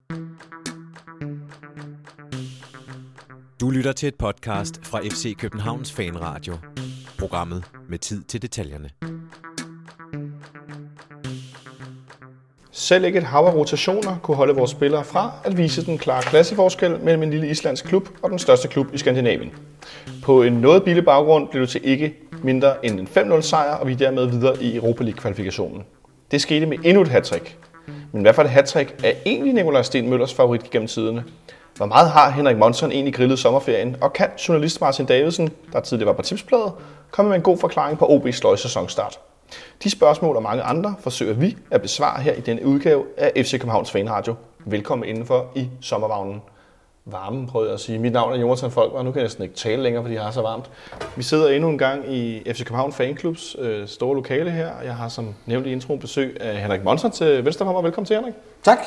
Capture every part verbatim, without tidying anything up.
Du lytter til et podcast fra F C Københavns Fanradio. Programmet med tid til detaljerne. Selv ikke et hav af rotationer kunne holde vores spillere fra at vise den klare klasseforskel mellem en lille islandsk klub og den største klub i Skandinavien. På en noget billig baggrund blev det til ikke mindre end en fem nul sejr, og vi er dermed videre i Europa League-kvalifikationen. Det skete med endnu et hattrick. Men hvad for et hattrick er egentlig Nikolaj Sten Møllers favorit gennem tiderne? Hvor meget har Henrik Monson egentlig grillet sommerferien? Og kan journalist Martin Davidsen, der tidligere var på Tipsbladet, komme med en god forklaring på O B's sløje sæsonstart? De spørgsmål og mange andre forsøger vi at besvare her i denne udgave af F C Københavns Fanradio. Velkommen indenfor i sommervagnen. Varmen, prøver jeg at sige. Mit navn er Jonathan Folkvar, nu kan jeg næsten ikke tale længere, fordi jeg har så varmt. Vi sidder endnu en gang i F C København Fanklubs øh, store lokale her, og jeg har som nævnt i introen besøg af Henrik Monson til venstre for mig. Velkommen til, Henrik. Tak.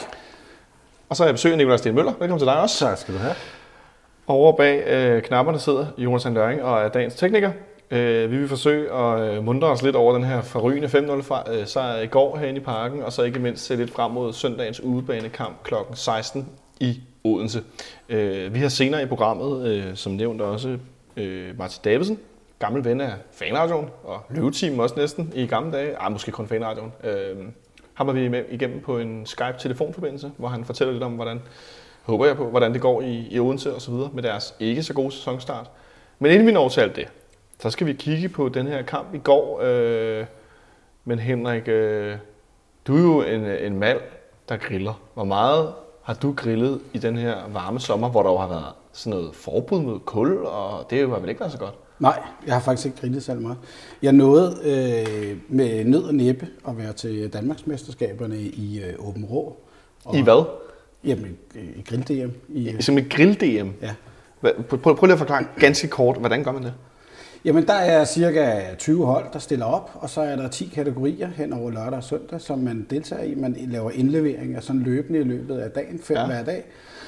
Og så er jeg besøg af Nikolaj Sten Møller. Velkommen til dig også. Tak skal du have. Over bag øh, knapperne sidder Jonathan Løring og er dagens tekniker. Øh, vi vil forsøge at øh, muntre os lidt over den her forrygende fem nul øh, sejr i går herinde i parken, og så ikke mindst se lidt frem mod søndagens udebanekamp klokken seksten i Odense. Øh, vi har senere i programmet, øh, som nævnt også, øh, Martin Davidsen, gammel ven af Fanradioen og Løveteam også næsten i gamle dage. Ej, måske kun Fanradioen. Øh, ham er vi med igennem på en Skype-telefonforbindelse, hvor han fortæller lidt om, hvordan, håber jeg på, hvordan det går i, i Odense og så videre med deres ikke så gode sæsonstart. Men inden vi når til alt det, så skal vi kigge på den her kamp i går. Øh, men Henrik, øh, du er jo en, en mand, der griller. Hvor meget har du grillet i den her varme sommer, hvor der jo har været sådan noget forbud mod kul, og det har vel ikke været så godt? Nej, jeg har faktisk ikke grillet særlig meget. Jeg nåede øh, med nød og næppe at være til Danmarksmesterskaberne i øh, Åben Rå. Og, I hvad? Jamen, i grill-D M. I, Som et grill-D M? Ja. Prøv, prøv lige at forklare ganske kort, hvordan gør man det? Jamen, der er cirka tyve hold, der stiller op, og så er der ti kategorier hen over lørdag og søndag, som man deltager i. Man laver indlevering af sådan løbende i løbet af dagen, fem ja. hver dag.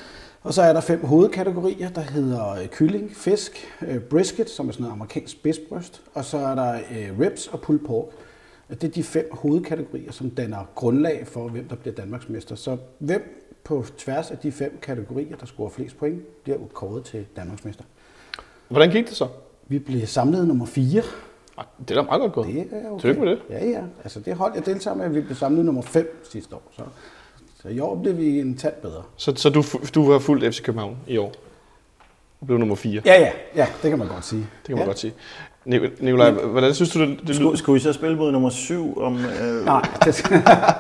Og så er der fem hovedkategorier, der hedder kylling, fisk, brisket, som er sådan noget amerikansk spidsbryst, og så er der ribs og pulled pork. Det er de fem hovedkategorier, som danner grundlag for, hvem der bliver Danmarksmester. Så hvem på tværs af de fem kategorier, der scorer flest point, bliver kåret til Danmarksmester. Hvordan gik det så? Vi blev samlet nummer fire. Det er da meget godt gået. Det er okay. Tillykke med det. Ja, ja. Altså det hold, jeg deltager med, vi blev samlet nummer fem sidste år. Så, så i år blev vi en tand bedre. Så, så du, du har fulgt F C København i år? Og blev nummer fire? Ja, ja. Ja, det kan man godt sige. Det kan man ja. godt sige. Nikolaj, hvordan synes du, det, det lyder? Skulle vi så spille mod nummer syv om... Øh... Nej, det skal...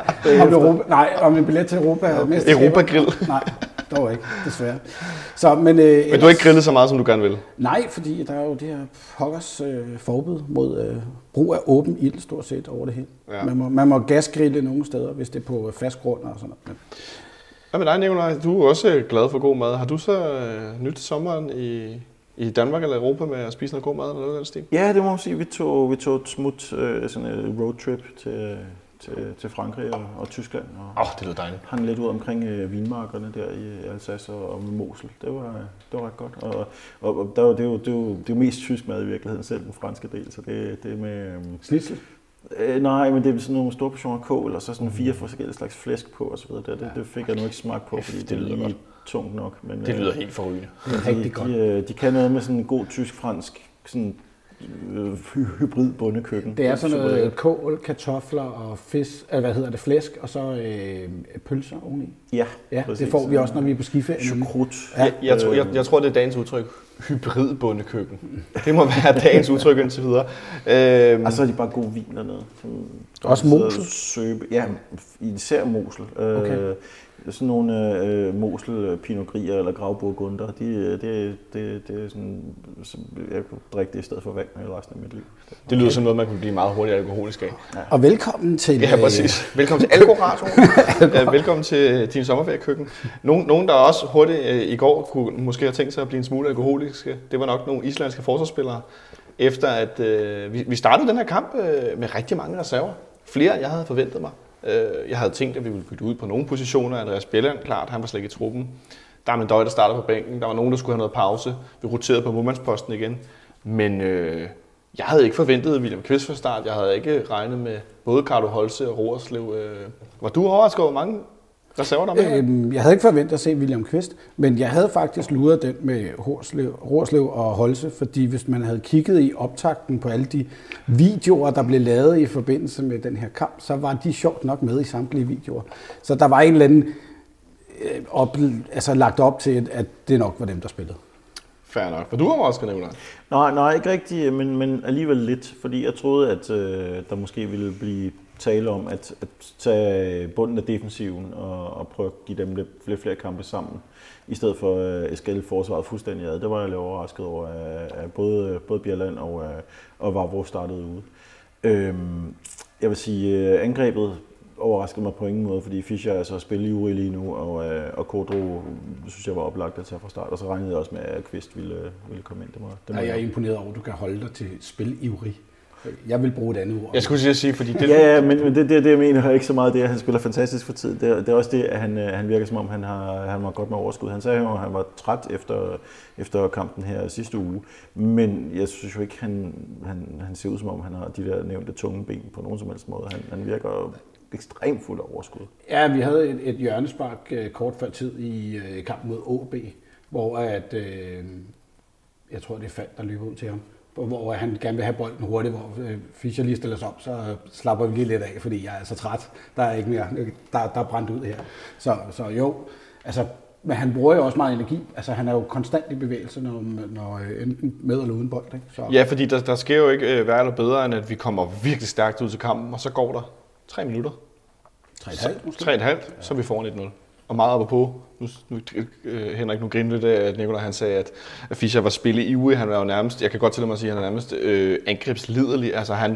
om Europa... Nej, om en billet til Europa. Okay. Europa-grill? Nej, dog ikke, desværre. Så, men, øh, ellers... men du har ikke grillet så meget, som du gerne vil? Nej, fordi der er jo det her pokkers øh, forbud mod øh, brug af åben ild, stort set over det hele. Ja. Man, må, man må gasgrille nogle steder, hvis det er på fast grund og sådan noget. Men... Hvad med dig, Nikolaj? Du er også glad for god mad. Har du så øh, nyt sommeren i... i Danmark eller Europa med at spise noget god mad eller noget af den stil? Ja, det må man sige. Vi tog, vi tog et smut øh, sådan et roadtrip til, til, til Frankrig og, og Tyskland. Åh, oh, det lyder dejligt. Hang lidt ud omkring øh, vinmarkerne der i Alsace og, og Mosel. Det var, det var ret godt. Og, og, og der var, det, er jo, det, er jo, det er jo mest tysk mad i virkeligheden, selv den franske del. Så det, det er med... Øh, Schnitzel? Øh, nej, men det er sådan nogle store portioner kål, og så sådan fire forskellige slags flæsk på og så videre. Det, det, det fik jeg nu ikke smag på, fordi det, det lyder godt. Tungt nok. Men, det lyder helt forrygende. Det er rigtig godt. De, de kan noget med sådan en god tysk-fransk sådan øh, hybrid bondekøkken. Det er sådan noget kål, kartofler og fisk, eller hvad hedder det, flæsk, og så øh, pølser oveni. Ja, ja det får vi også, når vi er på skiferie. Chokrut. Ja. Jeg, jeg, tror, jeg, jeg tror, det er dagens udtryk. Hybrid bondekøkken. Det må være dagens udtryk indtil videre. Øhm, og så er de bare god vin dernede. Også Mosel? Søbe. Ja, især Mosel. Okay. Øh, sådan nogle øh, Mosel, Pinot Gris eller Grauburgunder, de, det, det, det er sådan, jeg kunne drikke det i stedet for vand i resten af mit liv. Det okay. lyder som noget, man kunne blive meget hurtigt alkoholisk af. Ja. Og velkommen til... Ja, præcis. Velkommen til Alkoradio. Velkommen til din sommerferiekøkken. Nogen, nogen, der også hurtigt øh, i går kunne måske have tænkt sig at blive en smule alkoholiske, det var nok nogle islandske forsvarsspillere, efter at øh, vi, vi startede den her kamp øh, med rigtig mange reserver. Flere, jeg havde forventet mig. Jeg havde tænkt, at vi ville bytte ud på nogle positioner. Andreas Bjelland, klart, han var slet ikke i truppen. Der er en døj, der startede på bænken. Der var nogen, der skulle have noget pause. Vi roterede på målmandsposten igen. Men øh, jeg havde ikke forventet William Kvist fra start. Jeg havde ikke regnet med både Carlo Holse og Roerslev. Øh. Var du overrasket over, hvor mange Hvad sagde du der? Øhm, jeg havde ikke forventet at se William Kvist, men jeg havde faktisk luret den med Horslev, Horslev og Holse, fordi hvis man havde kigget i optakten på alle de videoer, der blev lavet i forbindelse med den her kamp, så var de sjovt nok med i samtlige videoer. Så der var en eller anden øh, op, altså lagt op til, at det nok var dem, der spillede. Fair nok. For du har også nævnt det. Nej, nej, ikke rigtigt, men, men alligevel lidt, fordi jeg troede, at øh, der måske ville blive tale om at, at tage bunden af defensiven og, og prøve at give dem lidt flere, flere kampe sammen, i stedet for at uh, skælde forsvaret fuldstændig ad. Det var jeg lidt overrasket over, at både, både Bjerland og, uh, og Vavro startede ude. Øhm, jeg vil sige, uh, angrebet overraskede mig på ingen måde, fordi Fischer er så spilivrig lige nu, og, uh, og Kodro synes jeg var oplagt at tage fra start, og så regnede jeg også med, at Kvist ville, ville komme ind. Det må, det må jeg er imponeret over, at du kan holde dig til spilivrig. Jeg vil bruge et andet ord. Jeg skulle sige at sige, fordi det... Ja, ja, men det, det, det jeg mener ikke så meget det, at han spiller fantastisk for tid. Det, det er også det, at han, han virker som om, han har, han var godt med overskud. Han sagde jo, at han var træt efter, efter kampen her sidste uge. Men jeg synes jo ikke, han, han, han ser ud som om, han har de der nævnte tunge ben på nogen som helst måde. Han, han virker ekstremt fuld af overskud. Ja, vi havde et, et hjørnespark kort før tid i øh, kampen mod O B, hvor at, øh, jeg tror, det er Falk, der løber ud til ham. Hvor han gerne vil have bolden hurtigt, hvor Fischer lige stiller sig op, så slapper vi lige lidt af, fordi jeg er så træt. Der er ikke mere, der, der er brændt ud her. Så, så jo, altså, men han bruger jo også meget energi. Altså, han er jo konstant i bevægelse, når, når enten med eller uden bold. Ikke? Så. Ja, fordi der, der sker jo ikke øh, værre eller bedre, end at vi kommer virkelig stærkt ud til kampen, og så går der tre minutter. Tre og et halvt måske? Tre og et halvt, så er vi foran et nul. Og meget oppe på. Nu, nu øh, Henrik, nu griner lidt af, at Nicolaj han sagde, at Fischer var spilleivrig. Han var jo nærmest, jeg kan godt til mig at sige, at han er nærmest øh, angrebsliderlig. Altså han,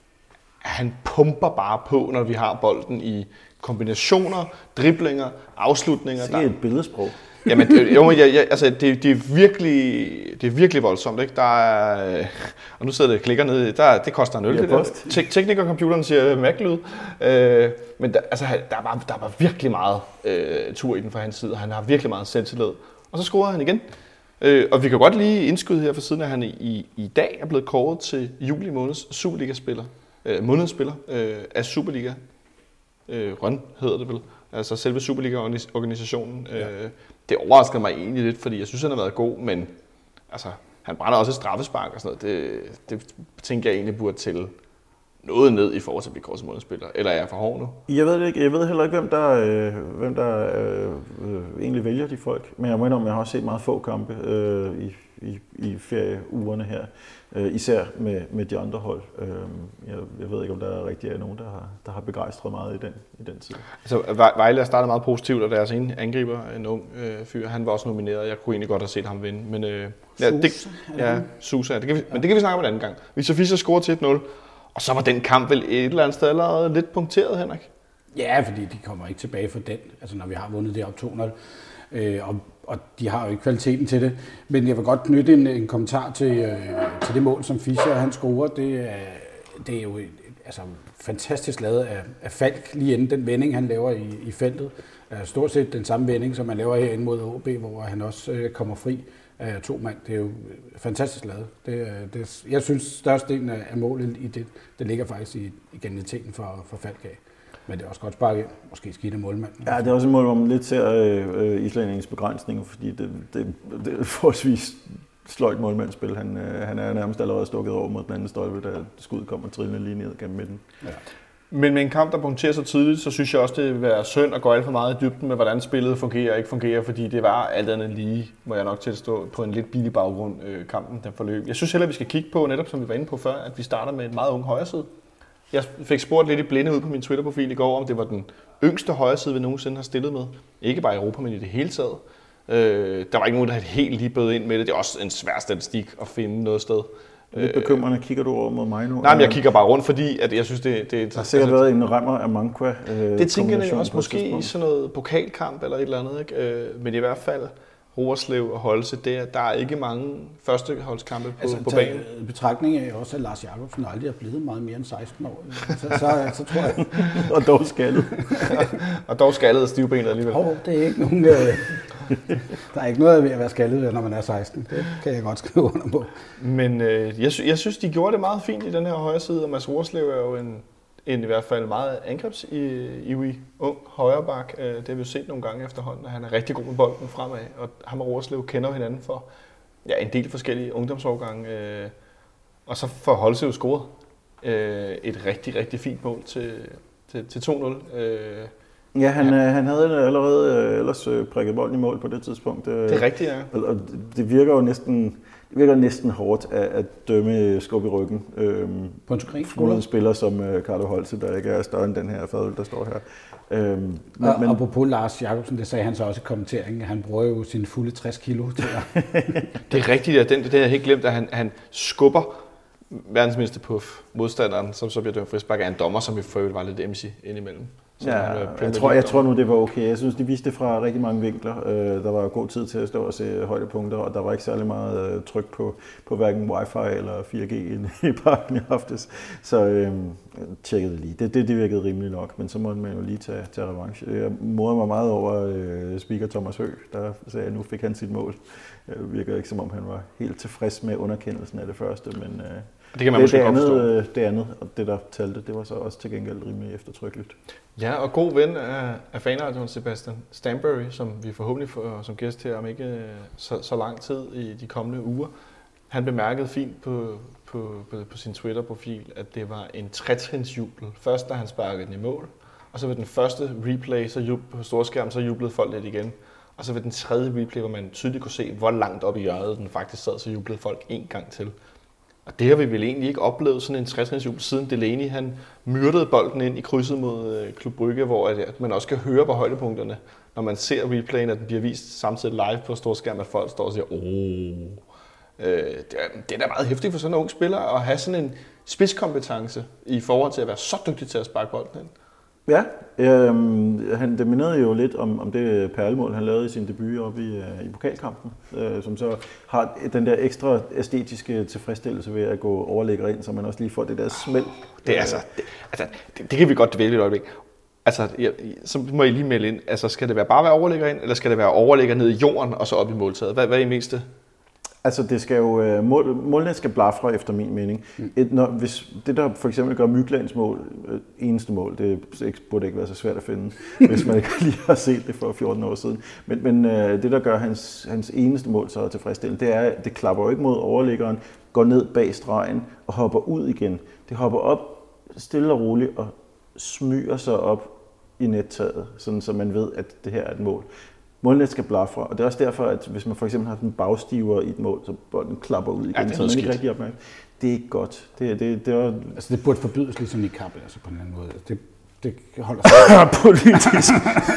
han pumper bare på, når vi har bolden i kombinationer, driblinger, afslutninger. Det er et billedsprog. Jamen, det, jo, ja, ja, altså, det, det, er virkelig, det er virkelig voldsomt, ikke? Der er, og nu sidder det klikker ned, der, det koster en øl, det der. Te- Teknikercomputeren siger Mac-lyd. Øh, men der, altså, der, var, der var virkelig meget øh, tur i den fra hans side, og han har virkelig meget selvtillid. Og så scorede han igen. Øh, og vi kan godt lige indskyde her for siden, at han i, i dag er blevet kåret til juli måneds Superliga-spiller. Øh, månedsspiller øh, af Superliga. Øh, Røn hedder det vel. Altså selve Superliga-organisationen. Ja. Øh, det overrasker mig egentlig lidt, fordi jeg synes, han har været god, men altså, han brænder også et straffespark og sådan noget. Det, det tænker jeg egentlig burde til noget ned i forhold til at blive kåret som månedsspiller. Eller er jeg for hård nu? Jeg ved det ikke. Jeg ved heller ikke, hvem der, øh, hvem der øh, øh, egentlig vælger de folk. Men jeg må indrømme, jeg har også set meget få kampe øh, i, i, i ferieugerne her. Øh, især med, med de andre hold. Øh, jeg, jeg ved ikke, om der rigtig er nogen, der har, der har begejstret meget i den, i den tid. Altså, Vejle startede meget positivt, og deres ene angriber, en ung øh, fyr, han var også nomineret. Jeg kunne egentlig godt have set ham vinde. Men, øh, ja, det, ja, Susa. Det kan vi, men det kan vi snakke om en anden gang. Victor Fischer scorede til et nul. Og så var den kamp vel et eller andet sted allerede lidt punkteret, Henrik? Ja, fordi de kommer ikke tilbage fra den, altså når vi har vundet det op to nul. Øh, og, og de har jo ikke kvaliteten til det. Men jeg vil godt knytte en, en kommentar til, øh, til det mål, som Fischer han scorer. Det er, det er jo et, altså, fantastisk lavet af, af Falk, lige inden den vending, han laver i, i feltet. Stort set den samme vending, som han laver herinde mod O B, hvor han også øh, kommer fri af to mand. Det er jo fantastisk lavet. Det, det, jeg synes, størstedelen af målet i det, det ligger faktisk i, i geniteten for, for Falk af. Men det er også godt sparket. Måske skidt af målmanden. Ja, det er også et mål, hvor man lidt ser øh, islændingens begrænsninger, fordi det, det, det er forholdsvis sløjt målmandsspil. Han, øh, han er nærmest allerede stukket over mod den anden stolpe, da skuddet kommer trillende lige ned gennem midten. Ja. Men med en kamp, der punkterer så tidligt, så synes jeg også, det vil være synd at gå alt for meget i dybden med, hvordan spillet fungerer og ikke fungerer, fordi det var alt andet lige, må jeg nok tilstå, på en lidt billig baggrund, øh, kampen den forløb. Jeg synes heller, vi skal kigge på, netop som vi var inde på før, at vi starter med en meget ung højreside. Jeg fik spurgt lidt i blinde ud på min Twitter-profil i går, om det var den yngste højreside, vi nogensinde har stillet med. Ikke bare i Europa, men i det hele taget. Øh, der var ikke nogen, der havde helt lige bødet ind med det. Det er også en svær statistik at finde noget sted. Lidt bekymrende. Kigger du over mod mig nu? Nej, men jeg kigger bare rundt, fordi at jeg synes, det, det der har sikkert været en remmer af Manqua. Øh, det tænker jeg også måske i sådan noget pokalkamp eller et eller andet. Ikke? Øh, men i hvert fald Roerslev og Holse, der, der er ikke mange førsteholdskampe på, altså, på banen. Betragtning af også, at Lars Jacobsen aldrig er blevet meget mere end seksten år. Så, så, så, så tror jeg... og dog skaldet. og dog skaldet og stivbenet alligevel. Hov, det er ikke nogen... Øh, der er ikke noget ved at være skaldet, når man er seksten. Det kan jeg godt skrive under på. Men øh, jeg, sy- jeg synes, de gjorde det meget fint i den her højre side, og Mads Roerslev er jo en en i hvert fald meget angrebs i, i ung højre bak. Det har vi jo set nogle gange efterhånden, at han er rigtig god med bolden fremad, og ham og Roerslev kender hinanden for ja, en del forskellige ungdomsårgange. Og så får Holse scoret et rigtig, rigtig fint mål til, til, til to nul. Ja, han, ja. han havde allerede ellers prikket bolden i mål på det tidspunkt. Det er rigtigt, ja. Og det virker jo næsten... Det virker næsten hårdt at, at dømme skub i ryggen øhm, på en mod en spiller som øh, Carlo Holse, der ikke er større end den her fadøl, der står her. Øhm, men, og, men, apropos Lars Jacobsen, det sagde han så også i kommenteringen, han bruger jo sine fulde tres kilo til at... Det er rigtigt, ja. Den, det har jeg helt glemt, at han, han skubber verdensmester puff modstanderen, som så bliver dømt frispark af en dommer, som vi for øvrigt var lidt emsig indimellem. Ja, jeg tror, jeg tror nu, det var okay. Jeg synes, de viste det fra rigtig mange vinkler. Der var god tid til at stå og se højdepunkter, og der var ikke særlig meget tryk på, på hverken wifi eller fire G i parken i aftes. Så øh, jeg tjekkede det lige. Det, det, det virkede rimeligt nok, men så måtte man jo lige tage, tage revanche. Jeg morede mig meget over øh, speaker Thomas Høgh, der sagde, at nu fik han sit mål. Det virker ikke, som om han var helt tilfreds med underkendelsen af det første, men... Øh, Det kan man det, måske det godt forstå. andet, det andet, og det der talte, det var så også til gengæld rimelig eftertrykkeligt. Ja, og god ven af, af fanradioen Sebastian Stanbury, som vi forhåbentlig får som gæst her om ikke så, så lang tid i de kommende uger. Han bemærkede fint på, på, på, på sin Twitter-profil, at det var en tretrinsjubel. Først da han sparkede den i mål, og så ved den første replay så jub, på storskærm, så jublede folk lidt igen. Og så ved den tredje replay, hvor man tydeligt kunne se, hvor langt op i hjørnet den faktisk sad, så jublede folk en gang til. Og det har vi vel egentlig ikke oplevet sådan en tres-trinsjubel siden Delaney, han myrdede bolden ind i krydset mod Klub Brygge, hvor at man også kan høre på højdepunkterne, når man ser replayen, at den bliver vist samtidig live på storskærm, at folk står og siger, åh, øh, det, er, det er da meget hæftigt for sådan en ung spiller at have sådan en spidskompetence i forhold til at være så dygtig til at sparke bolden ind. Ja, øh, han dominerede jo lidt om, om det perlemål, han lavede i sin debut oppe i, uh, i pokalkampen, øh, som så har den der ekstra æstetiske tilfredsstillelse ved at gå overlægger ind, så man også lige får det der smæld. Det, er altså, det, altså, det, det kan vi godt dvæle et øjeblik. Altså, jeg, så må I lige melde ind. Altså, skal det være bare være overlægger ind, eller skal det være overlægger ned i jorden og så op i måltaget? Hvad, hvad er I mest det? Altså, det skal jo, mål, målene skal blafre efter min mening. Et, når, hvis det, der for eksempel gør Myklands mål, øh, eneste mål, det burde ikke være så svært at finde, hvis man ikke lige har set det for fjorten år siden. Men, men øh, det, der gør hans, hans eneste mål så tilfredsstillende, det er, at det klapper jo ikke mod overliggeren, går ned bag stregen og hopper ud igen. Det hopper op stille og roligt og smyger sig op i nettaget, sådan så man ved, at det her er et mål. Målnet skal blafre, og det er også derfor, at hvis man for eksempel har en bagstiver i et mål, så bolden klapper ud igen, ja, så er man ikke rigtig opmærksom. Det er ikke godt. Det, det, det, var... altså, det burde forbydes ligesom i kappel, altså på en eller anden måde. Det, det holder sig. Politisk.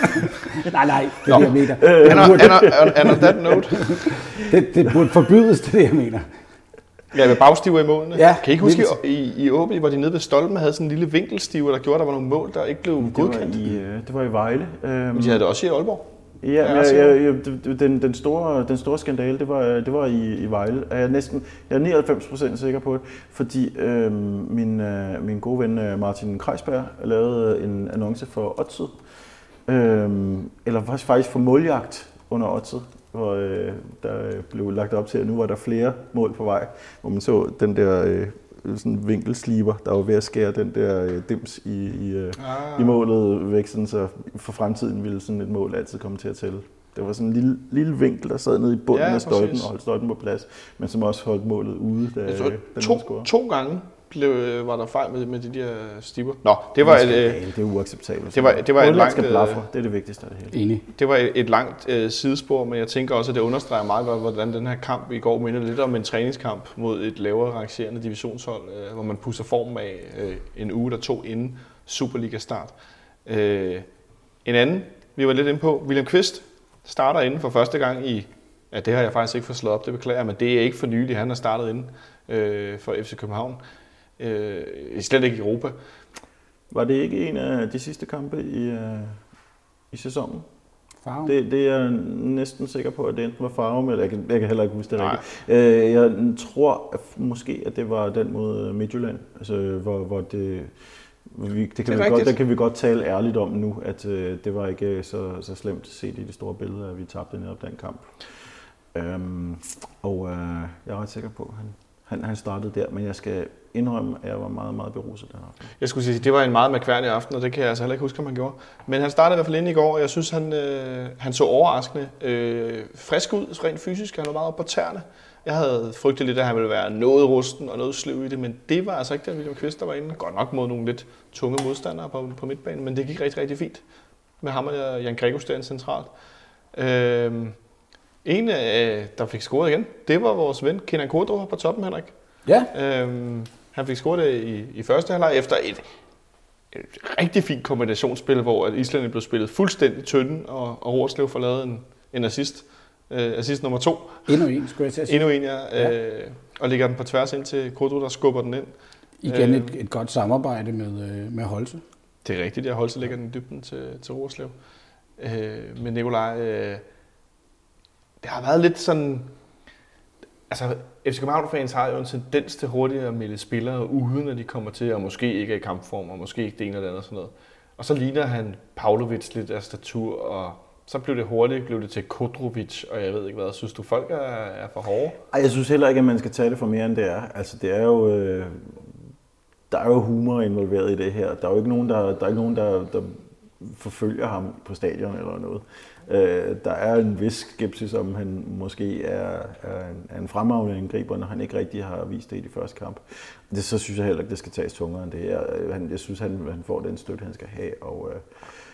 nej, nej, det er det, jeg mener. Uh, and, on, and, and on that note. det, det burde forbydes, det er det, jeg mener. Ja, med bagstiver i målene. Ja, kan I ikke huske, i, i Åby, hvor de nede ved stolpen havde sådan en lille vinkelstiver, der gjorde, at der var nogle mål, der ikke blev det godkendt? Var i, det var i Vejle. Men de havde det også i Aalborg. Ja, ja, ja, ja den, den, store, den store skandale, det var, det var i, i Vejle. Jeg er næsten jeg er nioghalvfems procent sikker på det, fordi øh, min, øh, min gode ven Martin Kreisberg lavede en annonce for Odset, øh, eller faktisk for måljagt under Odset, hvor øh, der blev lagt op til, at nu var der flere mål på vej, hvor man så den der... Øh, sådan en vinkelsliber, der var ved at skære den der øh, dims i, i, øh, ah. i målet væk, sådan, så for fremtiden ville sådan et mål altid komme til at tælle. Det var sådan en lille, lille vinkel, der sad nede i bunden ja, af stolpen og holdt stolpen på plads, men som også holdt målet ude, da så, den to, scorede. To gange blev, var der fejl med, med de der stiber. Nå, det var det, et, øh, det er uacceptabelt. Det var, det var et langt, skal blafre, det er det vigtigste af det hele. Enig. Det var et, et langt øh, sidespor, men jeg tænker også, at det understreger meget godt, hvordan den her kamp i går minder lidt om en træningskamp mod et lavere rangerende divisionshold, øh, hvor man pusser formen af øh, en uge, der tog inden Superliga-start. Øh, en anden, vi var lidt inde på, William Kvist starter inden for første gang i, ja, det har jeg faktisk ikke fået slået op, det beklager, men det er ikke for nylig, han har startet inden øh, for F C København. Øh, slet ikke i Europa. Var det ikke en af de sidste kampe i, uh, i sæsonen? Farum. Det, det er jeg næsten sikker på, at det enten var Farum, eller jeg kan, jeg kan heller ikke huske det rigtigt. Uh, jeg tror at måske, at det var den mod Midtjylland, altså, hvor, hvor det... Vi, det, kan det, vi godt, det kan vi godt tale ærligt om nu, at uh, det var ikke så, så slemt set i de store billeder, at vi tabte netop den kamp. Um, og uh, jeg er ret sikker på, at han han, han startede der, men jeg skal indrømme, at jeg var meget, meget beruset den aften. Jeg skulle sige, det var en meget mærkværdig aften, og det kan jeg altså heller ikke huske, om han gjorde. Men han startede i hvert fald inde i går, og jeg synes, han, øh, han så overraskende øh, frisk ud, rent fysisk. Han var meget oppe på tæerne. Jeg havde frygtet lidt, at han ville være noget rusten og noget sløv i det, men det var altså ikke der, William Kvist, der var inde. Godt nok mod nogle lidt tunge modstandere på, på midtbanen, men det gik rigtig, rigtig fint med ham og Jan Gregos derinde centralt. Øh, en, øh, der fik scoret igen, det var vores ven Kenan Kudro på toppen, Henrik. Ja. Øh, han fik scoret det i, i første halvleg efter et, et rigtig fint kombinationsspil, hvor Island blev spillet fuldstændig tynden, og, og Roerslev får lavet en, en assist. Uh, assist nummer to. Endnu en, skulle jeg til at sige. Endnu en, ja. ja. Uh, og lægger den på tværs ind til Kudro, der skubber den ind. Igen uh, et, et godt samarbejde med, uh, med Holse. Det er rigtigt, at Holse lægger den i dybden til, til Roerslev. Uh, men Nikolaj, uh, det har været lidt sådan... Altså, F C København-fans har jo en tendens til hurtigt at melde spillere uden, at de kommer til, og måske ikke er i kampform, og måske ikke det ene eller andet sådan noget. Og så ligner han Pavlovic lidt af statur, og så blev det hurtigt, blev det til Kudrovic, og jeg ved ikke hvad. Synes du, folk er, er for hårde? Ej, jeg synes heller ikke, at man skal tage det for mere, end det er. Altså, det er jo... Øh, der er jo humor involveret i det her. Der er jo ikke nogen, der, der, er ikke nogen, der, der forfølger ham på stadion eller noget. Øh, der er en vis skepsis, om han måske er, er en, er en fremragende angriber, når han ikke rigtig har vist det i de første kamp. Det, så synes jeg heller ikke, det skal tages tungere end det. Jeg, han, jeg synes, han, han får den støtte, han skal have. Og, øh,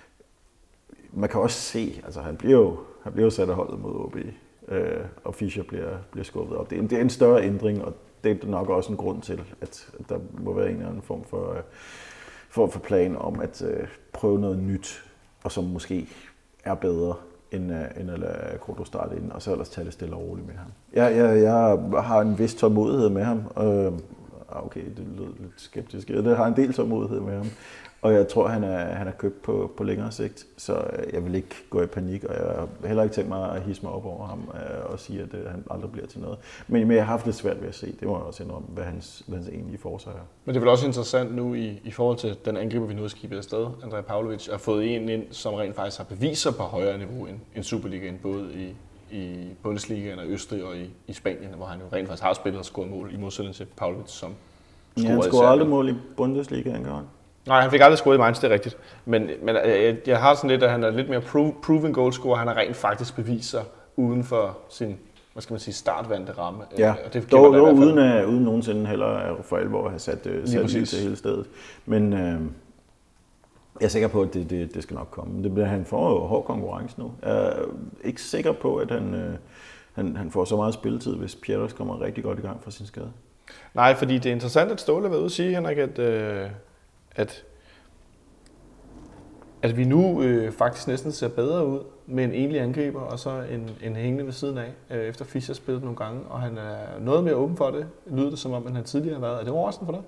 man kan også se, altså han bliver jo, han bliver jo sat af holdet mod O B, øh, og Fischer bliver, bliver skubbet op. Det er, det er en større ændring, og det er nok også en grund til, at, at der må være en eller anden form for, øh, for, for plan om at øh, prøve noget nyt, og som måske er bedre, end, uh, end at lade Kudro starte ind, og så ellers tage det stille og roligt med ham. Jeg, jeg, jeg har en vis tålmodighed med ham. Uh, okay, det lyder lidt skeptisk. Jeg har en del tålmodighed med ham, og jeg tror, han er, han er købt på, på længere sigt, så jeg vil ikke gå i panik, og jeg har heller ikke tænkt mig at hisse mig op over ham uh, og sige, at uh, han aldrig bliver til noget. Men, men jeg har haft lidt svært ved at se, det må jeg også indrømme, hvad hans, hvad hans egentlige forsøg er. Men det er vel også interessant nu i, i forhold til den angriber, vi nu har skibet afsted, Andrej Pavlovic, har fået en ind, som rent faktisk har beviser på højere niveau end, end Superligaen, både i, i Bundesligaen og Østrig og i, i Spanien, hvor han jo rent faktisk har spillet og scoret mål, i modsætning til Pavlovic, som scorede. Ja, han scorede aldrig mål i Bundesligaen, gør han? Nej, han fik aldrig scoret i Mainz, det er rigtigt. Men, men jeg, jeg har sådan lidt, at han er lidt mere pro, proven goalscorer. Han har rent faktisk beviser uden for sin, hvad skal man sige, startvandte ramme. Ja, og det dog, dog uden, at, uden nogensinde heller for alvor at have sat, sat lige til hele stedet. Men øh, jeg er sikker på, at det, det, det skal nok komme. Det bliver, han får jo hård konkurrence nu. Jeg er ikke sikker på, at han, øh, han, han får så meget spilletid, hvis Pieters kommer rigtig godt i gang fra sin skade. Nej, fordi det er interessant, at Ståle har været ude og sige, Henrik, at, øh, at, at vi nu øh, faktisk næsten ser bedre ud med en egentlig angriber, og så en, en hængende ved siden af, øh, efter Fischer spillet nogle gange, og han er noget mere åben for det. Lyder det som om, han tidligere har været. Er det overraskende for dig?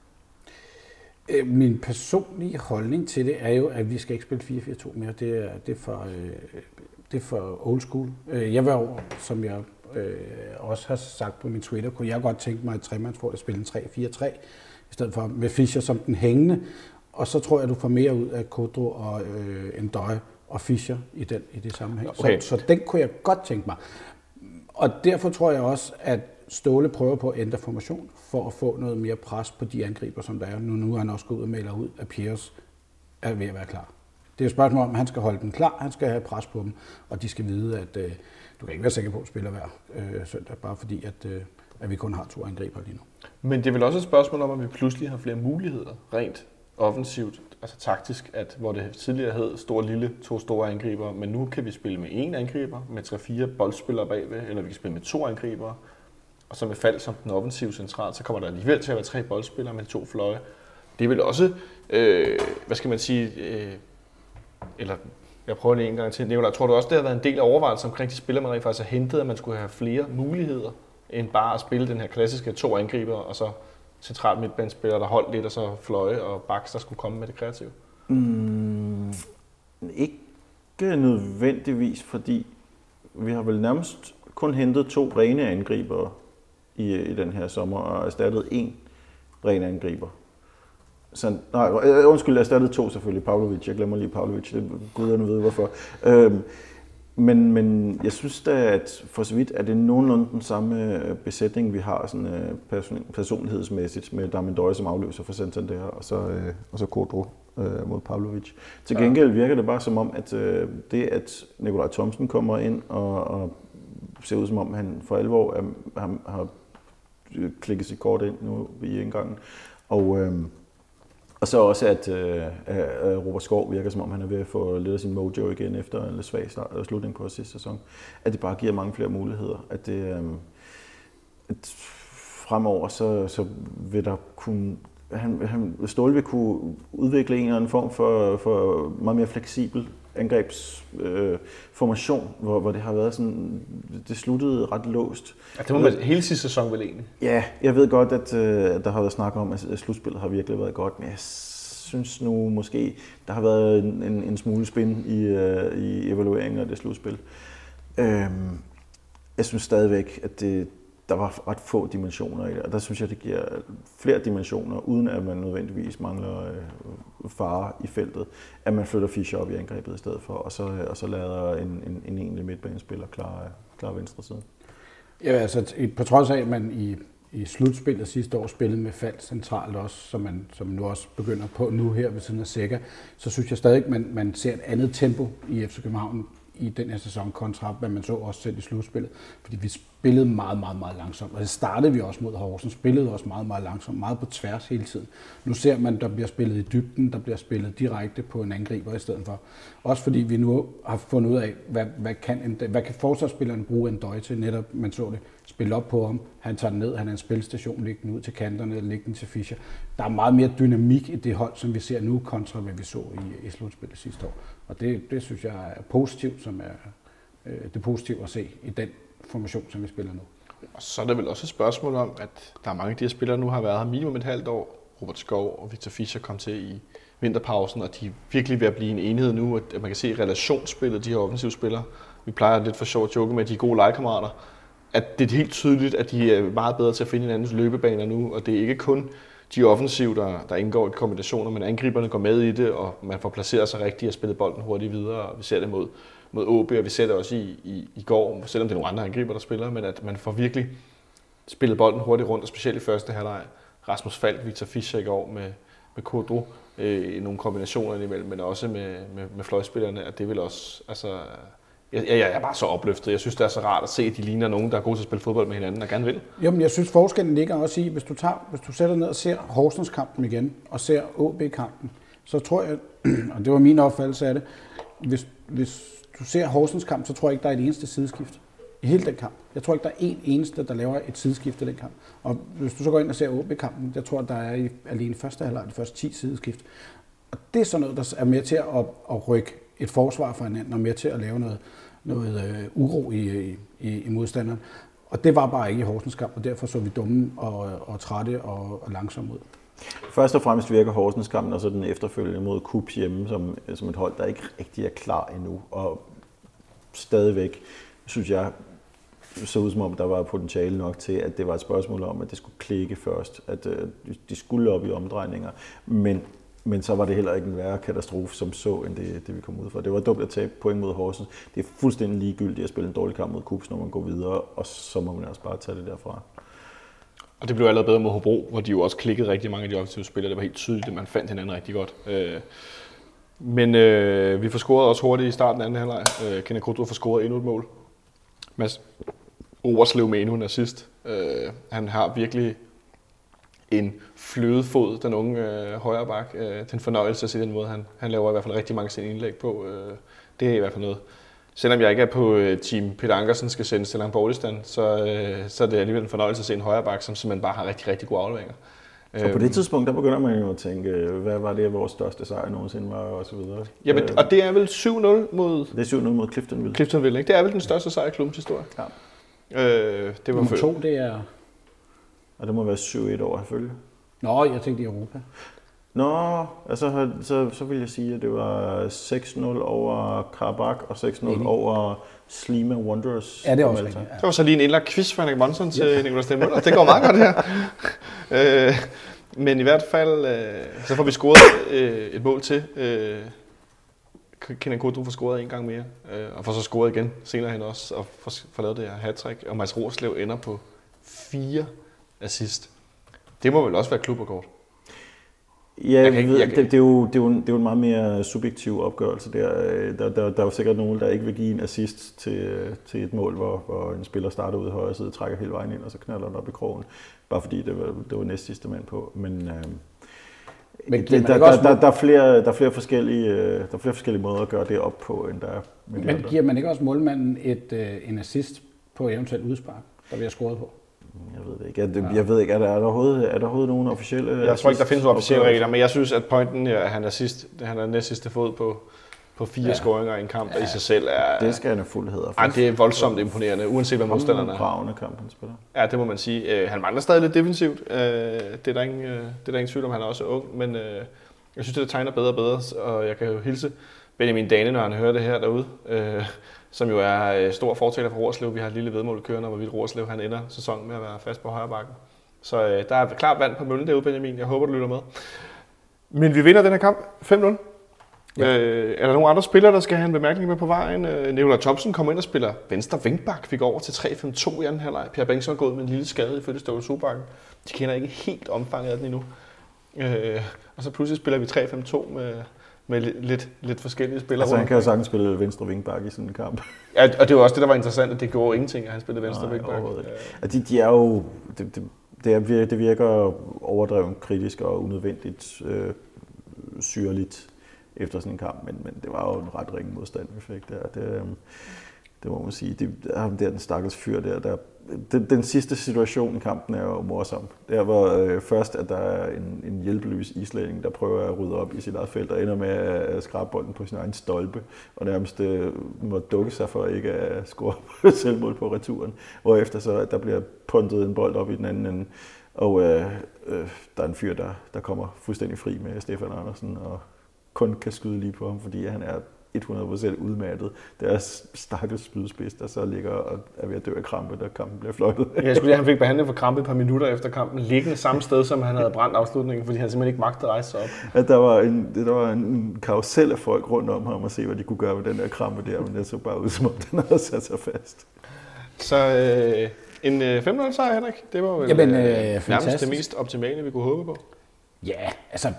Min personlige holdning til det er jo, at vi skal ikke spille fire fire to mere. Det er, det er, for, øh, det er for old school. Jeg var jo, som jeg øh, også har sagt på min Twitter, kunne jeg godt tænke mig, at tremandsforhold at spille en tre fire tre, i stedet for med Fischer som den hængende. Og så tror jeg, du får mere ud af Kudro og øh, Ndøje og Fischer i, den, i det sammenhæng. Okay. Så, så den kunne jeg godt tænke mig. Og derfor tror jeg også, at Ståle prøver på at ændre formation for at få noget mere pres på de angriber, som der er. Nu, nu er han også gået ud og melder ud, at Piers er ved at være klar. Det er jo et spørgsmål om, at han skal holde dem klar, han skal have pres på dem, og de skal vide, at øh, du kan ikke være sikker på, at spiller hver øh, søndag, bare fordi, at, øh, at vi kun har to angriber lige nu. Men det er vel også et spørgsmål om, at vi pludselig har flere muligheder, rent offensivt, altså taktisk, at hvor det tidligere hed stor lille, to store angriber, men nu kan vi spille med én angriber, med tre fire boldspillere bagved, eller vi kan spille med to angriber, og så med fald som den offensive central, så kommer der alligevel til at være tre boldspillere med to fløje. Det er vel også, øh, hvad skal man sige, øh, eller jeg prøver det en gang til, Nicolaj, tror du også, det har været en del af overvejelsen omkring de spillere, man rent faktisk har hentet, at man skulle have flere muligheder, end bare at spille den her klassiske to angriber, og så centralt midtbanespillere, der holdt lidt, og så fløje og baks, der skulle komme med det kreative? Mm, ikke nødvendigvis, fordi vi har vel nærmest kun hentet to rene angriber i, i den her sommer, og erstattet én ren angriber. Så, nej, undskyld, jeg erstattet to selvfølgelig, Pavlovic. Jeg glemmer lige Pavlovic, det guderne ved hvorfor. Øhm, Men, men jeg synes da, at for så vidt er det nogenlunde den samme besætning, vi har sådan, person, personlighedsmæssigt med Darmen som afløser for Santander, og så, og så Kodro øh, mod Pavlovic. Til gengæld virker det bare som om, at øh, det, at Nikolaj Thomsen kommer ind og, og ser ud som om, han for alvor er, har, har klikket sit kort ind nu i indgangen. Og, øh, og så også, at øh, Robert Skov virker som om, han er ved at få lidt af sin mojo igen efter en lidt svag start, slutning på sidste sæson. At det bare giver mange flere muligheder. At det, øh, at fremover så, så vil der kunne... Han, han, Ståle vil kunne udvikle en eller anden form for, for meget mere fleksibel angrebsformation, øh, hvor, hvor det har været sådan, det sluttede ret låst. Ja, det var med hele sidste sæson vel egentlig? Ja, jeg ved godt, at øh, der har været snak om, at slutspillet har virkelig været godt, men jeg synes nu måske, der har været en, en, en smule spin i, øh, i evalueringen af det slutspil. Øh, jeg synes stadigvæk, at det der var ret få dimensioner i det, og der synes jeg, det giver flere dimensioner, uden at man nødvendigvis mangler øh, fare i feltet, at man flytter Fischer op i angrebet i stedet for, og så, og så lader en, en, en egentlig midtbanespiller klar, klar venstre side. Ja, altså på trods af, at man i, i slutspillet sidste år spillede med Falk centralt også, som man, som nu også begynder på nu her ved siden af Sækker, så synes jeg stadig, at man, man ser et andet tempo i F C København i den her sæson kontra, hvad man så også selv i slutspillet. Fordi vi spillede meget, meget, meget langsomt. Og det startede vi også mod Horsens. Spillede også meget, meget langsomt. Meget på tværs hele tiden. Nu ser man, der bliver spillet i dybden. Der bliver spillet direkte på en angriber i stedet for. Også fordi vi nu har fundet ud af, hvad, hvad kan, en, hvad kan forsvarsspilleren bruge en døj til. Netop, man så det. Spille op på ham. Han tager den ned. Han er en spilstation. Lægge den ud til kanterne. Lægge den til Fischer. Der er meget mere dynamik i det hold, som vi ser nu, kontra hvad vi så i, i slutspillet sidste år. Og det, det synes jeg er positivt, som er øh, det positive at se i den formation, som vi spiller nu. Og så er der vel også et spørgsmål om, at der er mange af de her spillere, nu har været her minimum et halvt år. Robert Skov og Victor Fischer kom til i vinterpausen, og de er virkelig ved at blive en enhed nu, at man kan se relationsspillet, de her offensive spillere. Vi plejer lidt for sjovt at joke med, at de er gode legekammerater. At det er helt tydeligt, at de er meget bedre til at finde hinandens løbebaner nu, og det er ikke kun de offensive, der, der indgår i kombinationer, men angriberne går med i det, og man får placeret sig rigtigt og spillet bolden hurtigt videre, og vi ser det mod, mod O B, og vi ser det også i, i, i går, selvom det er nogle andre angriber, der spiller, men at man får virkelig spillet bolden hurtigt rundt, og specielt i første halvleg. Rasmus Falk, Victor Fischer i går med, med Kodro, øh, nogle kombinationer indimellem, men også med, med, med fløjspillerne, at det vil også, altså... Jeg, jeg, jeg er bare så opløftet. Jeg synes, det er så rart at se, at de ligner nogen, der er gode til at spille fodbold med hinanden og gerne vil. Jamen, jeg synes, forskellen ligger også i, hvis du, tager, hvis du sætter ned og ser Horsens-kampen igen, og ser O B-kampen, så tror jeg, og det var min opfattelse af det, hvis, hvis du ser Horsens-kampen, så tror jeg ikke, der er et eneste sideskift i hele den kamp. Jeg tror ikke, der er en eneste, der laver et sideskift i den kamp. Og hvis du så går ind og ser O B-kampen, jeg tror, der er i, alene i første halvleg de første ti sideskift. Og det er sådan noget, der er med til at, at rykke et forsvar fra hinanden, og med til at lave noget, noget øh, uro i, i, i modstanderen. Og det var bare ikke i Horsens kamp, og derfor så vi dumme og, og trætte og, og langsomme ud. Først og fremmest virker Horsens kampen, og så den efterfølgende mod K U P hjemme, som, som et hold, der ikke rigtig er klar endnu. Og stadigvæk, synes jeg, så ud som om, der var potentiale nok til, at det var et spørgsmål om, at det skulle klikke først. At øh, de skulle op i omdrejninger. Men Men så var det heller ikke en værre katastrofe som så, end det, det vi kom ud for. Det var dumt at tabe point mod Horsens. Det er fuldstændig ligegyldigt at spille en dårlig kamp mod K U P, når man går videre, og så må man også bare tage det derfra. Og det blev allerede bedre mod Hobro, hvor de jo også klikkede rigtig mange af de offensive spillere. Det var helt tydeligt, at man fandt hinanden rigtig godt. Men øh, vi får scoret også hurtigt i starten af anden halvleg. Øh, Kenneth Kodro får scoret endnu et mål. Mads Overslev med endnu en assist. Øh, han har virkelig en flødefod, den unge øh, højre bak. Øh, det er en fornøjelse at se den måde. Han, han laver i hvert fald rigtig mange sine indlæg på. Øh, det er i hvert fald noget. Selvom jeg ikke er på øh, team Peter Ankersen skal sende Stellan Borlistan, så, øh, så er det alligevel en fornøjelse at se en højre bak, som simpelthen bare har rigtig, rigtig gode afleveringer. Og på det tidspunkt, der begynder man jo at tænke, hvad var det, vores største sejr nogensinde var, og så videre. Jamen, og det er vel syv nul mod... Det er syv nul mod Cliftonville. Cliftonville, ikke? Det er vel den største sejr i klubbens historie. Ja. Øh, det var nummer to, det er... Og det må være syv et over ifølge. Nå, jeg tænkte i Europa. Nå, altså, så, så vil jeg sige, at det var seks nul over Karabakh og seks nul over Slima Wanderers. Ja, det er også rigtigt. Ja. Det var så lige en indlagt quiz fra Henrik Monson til ja. Nicolás Stemmøller. Det går meget godt her. øh, men i hvert fald, øh, så får vi scoret øh, et mål til. Øh, Kenan Kudru får scoret en gang mere, øh, og får så scoret igen senere hen også, og får, får lavet det her hat-trick, og Mads Roerslev ender på fire assist. Det må vel også være klubrekord? Ja, jeg kan, jeg kan... Det, det, er jo, det, er jo, det er jo en meget mere subjektiv opgørelse der. Der, der. der er jo sikkert nogen, der ikke vil give en assist til, til et mål, hvor, hvor en spiller starter ud i højre side, trækker hele vejen ind, og så knalder den op i krogen, bare fordi det var, det var næst sidste mand på. Men, øh, Men det, der, der, der, der, er flere, der, er flere forskellige, der er flere forskellige måder at gøre det op på, end der er med de Men andre. Giver man ikke også målmanden et, en assist på eventuelt udspark, der bliver scoret på? Jeg ved det ikke. Jeg, jeg ved ikke, er der, er der overhovedet, er der overhovedet nogen officielle... Jeg tror ikke, der findes nogle officielle regler, men jeg synes, at pointen er, at han er, sidst, han er næst sidste fod på, på fire ja. scoringer i en kamp, der ja. i sig selv er... Det skal han have fuldhed af. Ej, det er voldsomt imponerende, uanset hvad modstanderne er. Det er en bravende kamp, han spiller. Ja, det må man sige. Han mangler stadig lidt defensivt. Det er der ingen, det er der ingen tvivl om, han er også ung, men jeg synes, det tegner bedre og bedre, og jeg kan jo hilse Benjamin Dane, når han hører det her derude. Som jo er stor fortaler for Roerslev. Vi har et lille vedmål kørende, hvorvidt Roerslev han ender sæsonen med at være fast på højre bakken. Så øh, der er klart vand på møllen derude, Benjamin. Jeg håber, du lytter med. Men vi vinder den her kamp fem nul. Ja. Øh, er der nogle andre spillere, der skal have en bemærkning med på vejen? Øh, Nikolaj Thomsen kommer ind og spiller venstre vingbak. Fik over til tre fem to i anden halvleg. Pierre Bengtsson er gået med en lille skade ifølge Ståle Solbakken. De kender ikke helt omfanget af den endnu. Øh, og så pludselig spiller vi tre fem to med... med lidt, lidt forskellige spillere. Altså han kan jo sagtens spille venstre wingback i sådan en kamp. Ja, og det var også det, der var interessant, at det gjorde ingenting, at han spillede venstre Nej, wingback. Ja. De, de er jo, det, det, det, er, det virker overdrevet kritisk og unødvendigt øh, syrligt efter sådan en kamp, men, men det var jo en ret ringe modstand, vi fik der. Det, øh, det må man sige. Det, der, der den stakkels fyr der, der den, den sidste situation i kampen er jo morsom. Der var øh, først, at der er en, en hjælpeløs islænding, der prøver at rydde op i sit eget felt og ender med at skrabe bolden på sin egen stolpe, og nærmest øh, må dukke sig for ikke at score selvmål på returen. Hvorefter så, at der bliver puntet en bold op i den anden ende, og øh, øh, der er en fyr, der, der kommer fuldstændig fri med Stefan Andersen, og kun kan skyde lige på ham, fordi han er hundrede procent udmattet. Det er stakkels spydspids, der så ligger og er ved at dø af krampe, da kampen bliver fløjtet. Jeg skulle lige, han fik behandling for krampe et par minutter efter kampen, liggende samme sted, som han havde brændt afslutningen, fordi han simpelthen ikke magtede at rejse sig op. At der var en, der var en karusel af folk rundt om ham og se, hvad de kunne gøre med den der krampe der, men det så bare ud, som om den havde sat sig fast. Så øh, en øh, fem nul sejr, Henrik, det var vel Jamen, øh, nærmest det mest optimale, vi kunne håbe på. Ja, altså...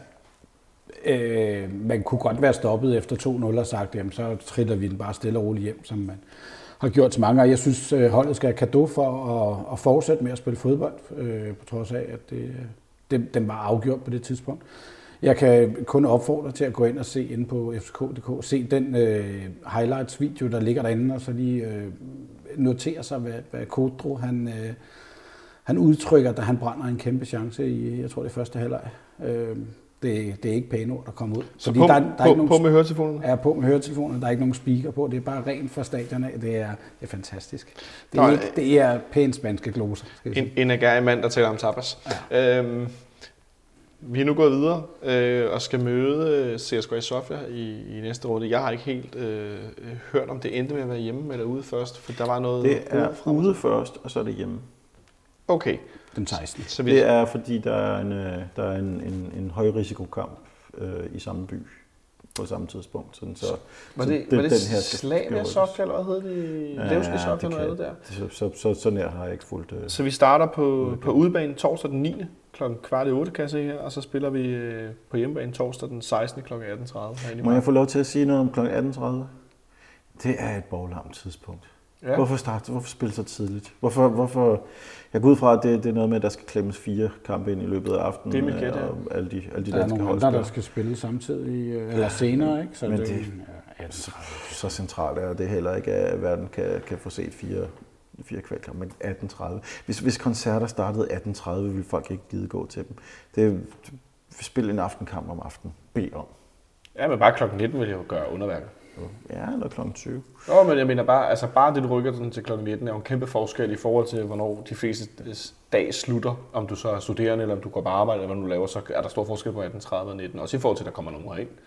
Øh, man kunne godt være stoppet efter to nul og sagt, jamen så triller vi den bare stille og roligt hjem, som man har gjort til mange. Og jeg synes, holdet skal have cadeau for at, at fortsætte med at spille fodbold, øh, på trods af, at det, det, den var afgjort på det tidspunkt. Jeg kan kun opfordre til at gå ind og se inde på F C K punktum d k, se den øh, highlights-video, der ligger derinde, og så lige øh, notere sig, hvad, hvad Kudru, han, øh, han udtrykker, da han brænder en kæmpe chance i, jeg tror det er første halvleg. Øh, Det, det er ikke pæne ord, der kommer ud. Så på, der, der på, er ikke nogen, på med høretelefonerne? Ja, på med høretelefonerne. Der er ikke nogen speaker på. Det er bare rent fra stadion af. Det er, det er fantastisk. Det er, Nå, ikke, det er pænt spanske gloser. En, en agerig mand, der taler om tapas. Ja. Øhm, vi er nu gået videre øh, og skal møde C S K A Sofia i, i næste runde. Jeg har ikke helt øh, hørt, om det endte med at være hjemme eller ude først, for der var noget... Det er ude, ude først, og så er det hjemme. Okay. Den sekstende Så vi... Det er, fordi der er en, der er en, en, en højrisikokamp øh, i samme by på samme tidspunkt. Sådan, så, var det, så det, var det den her Slavia Sofia, eller hvad hedder det? Ja, Levski Sofia, noget andet der? Så, så, så, så nær har jeg ikke fulgt... Øh, så vi starter på, på udebane torsdag den niende klokken kvart i otte, kan jeg se her, og så spiller vi øh, på hjemmebane torsdag den sekstende klokken atten tredive. Må jeg få lov til at sige noget om klokken atten tredive? Det er et boglamt tidspunkt. Ja. Hvorfor starte? Hvorfor spille så tidligt? Hvorfor, hvorfor? Jeg går ud fra, at det, det er noget med, at der skal klemmes fire kampe ind i løbet af aftenen. Det er mit gæt, ja. Og alle de, alle de der er nogle andre, der skal spille samtidig, eller senere, ikke? Så men det, det ja, så, så centralt er det heller ikke, at verden kan, kan få set fire, fire kvalkampe, men atten tredive. Hvis, hvis koncerter startede atten tredive, ville folk ikke gide gå til dem. Det spil en aftenkamp om aftenen. Bed om. Ja, men bare klokken nitten vil jeg jo gøre underværker. Ja, eller klokken tyve. Nå, men jeg mener bare, altså bare det, du rykker sådan til klokken nitten, er jo en kæmpe forskel i forhold til, hvornår de fleste dag slutter. Om du så er studerende, eller om du går på arbejde, eller hvad du laver, så er der stor forskel på atten tredive og nitten. Også i forhold til, at der kommer nogen ind.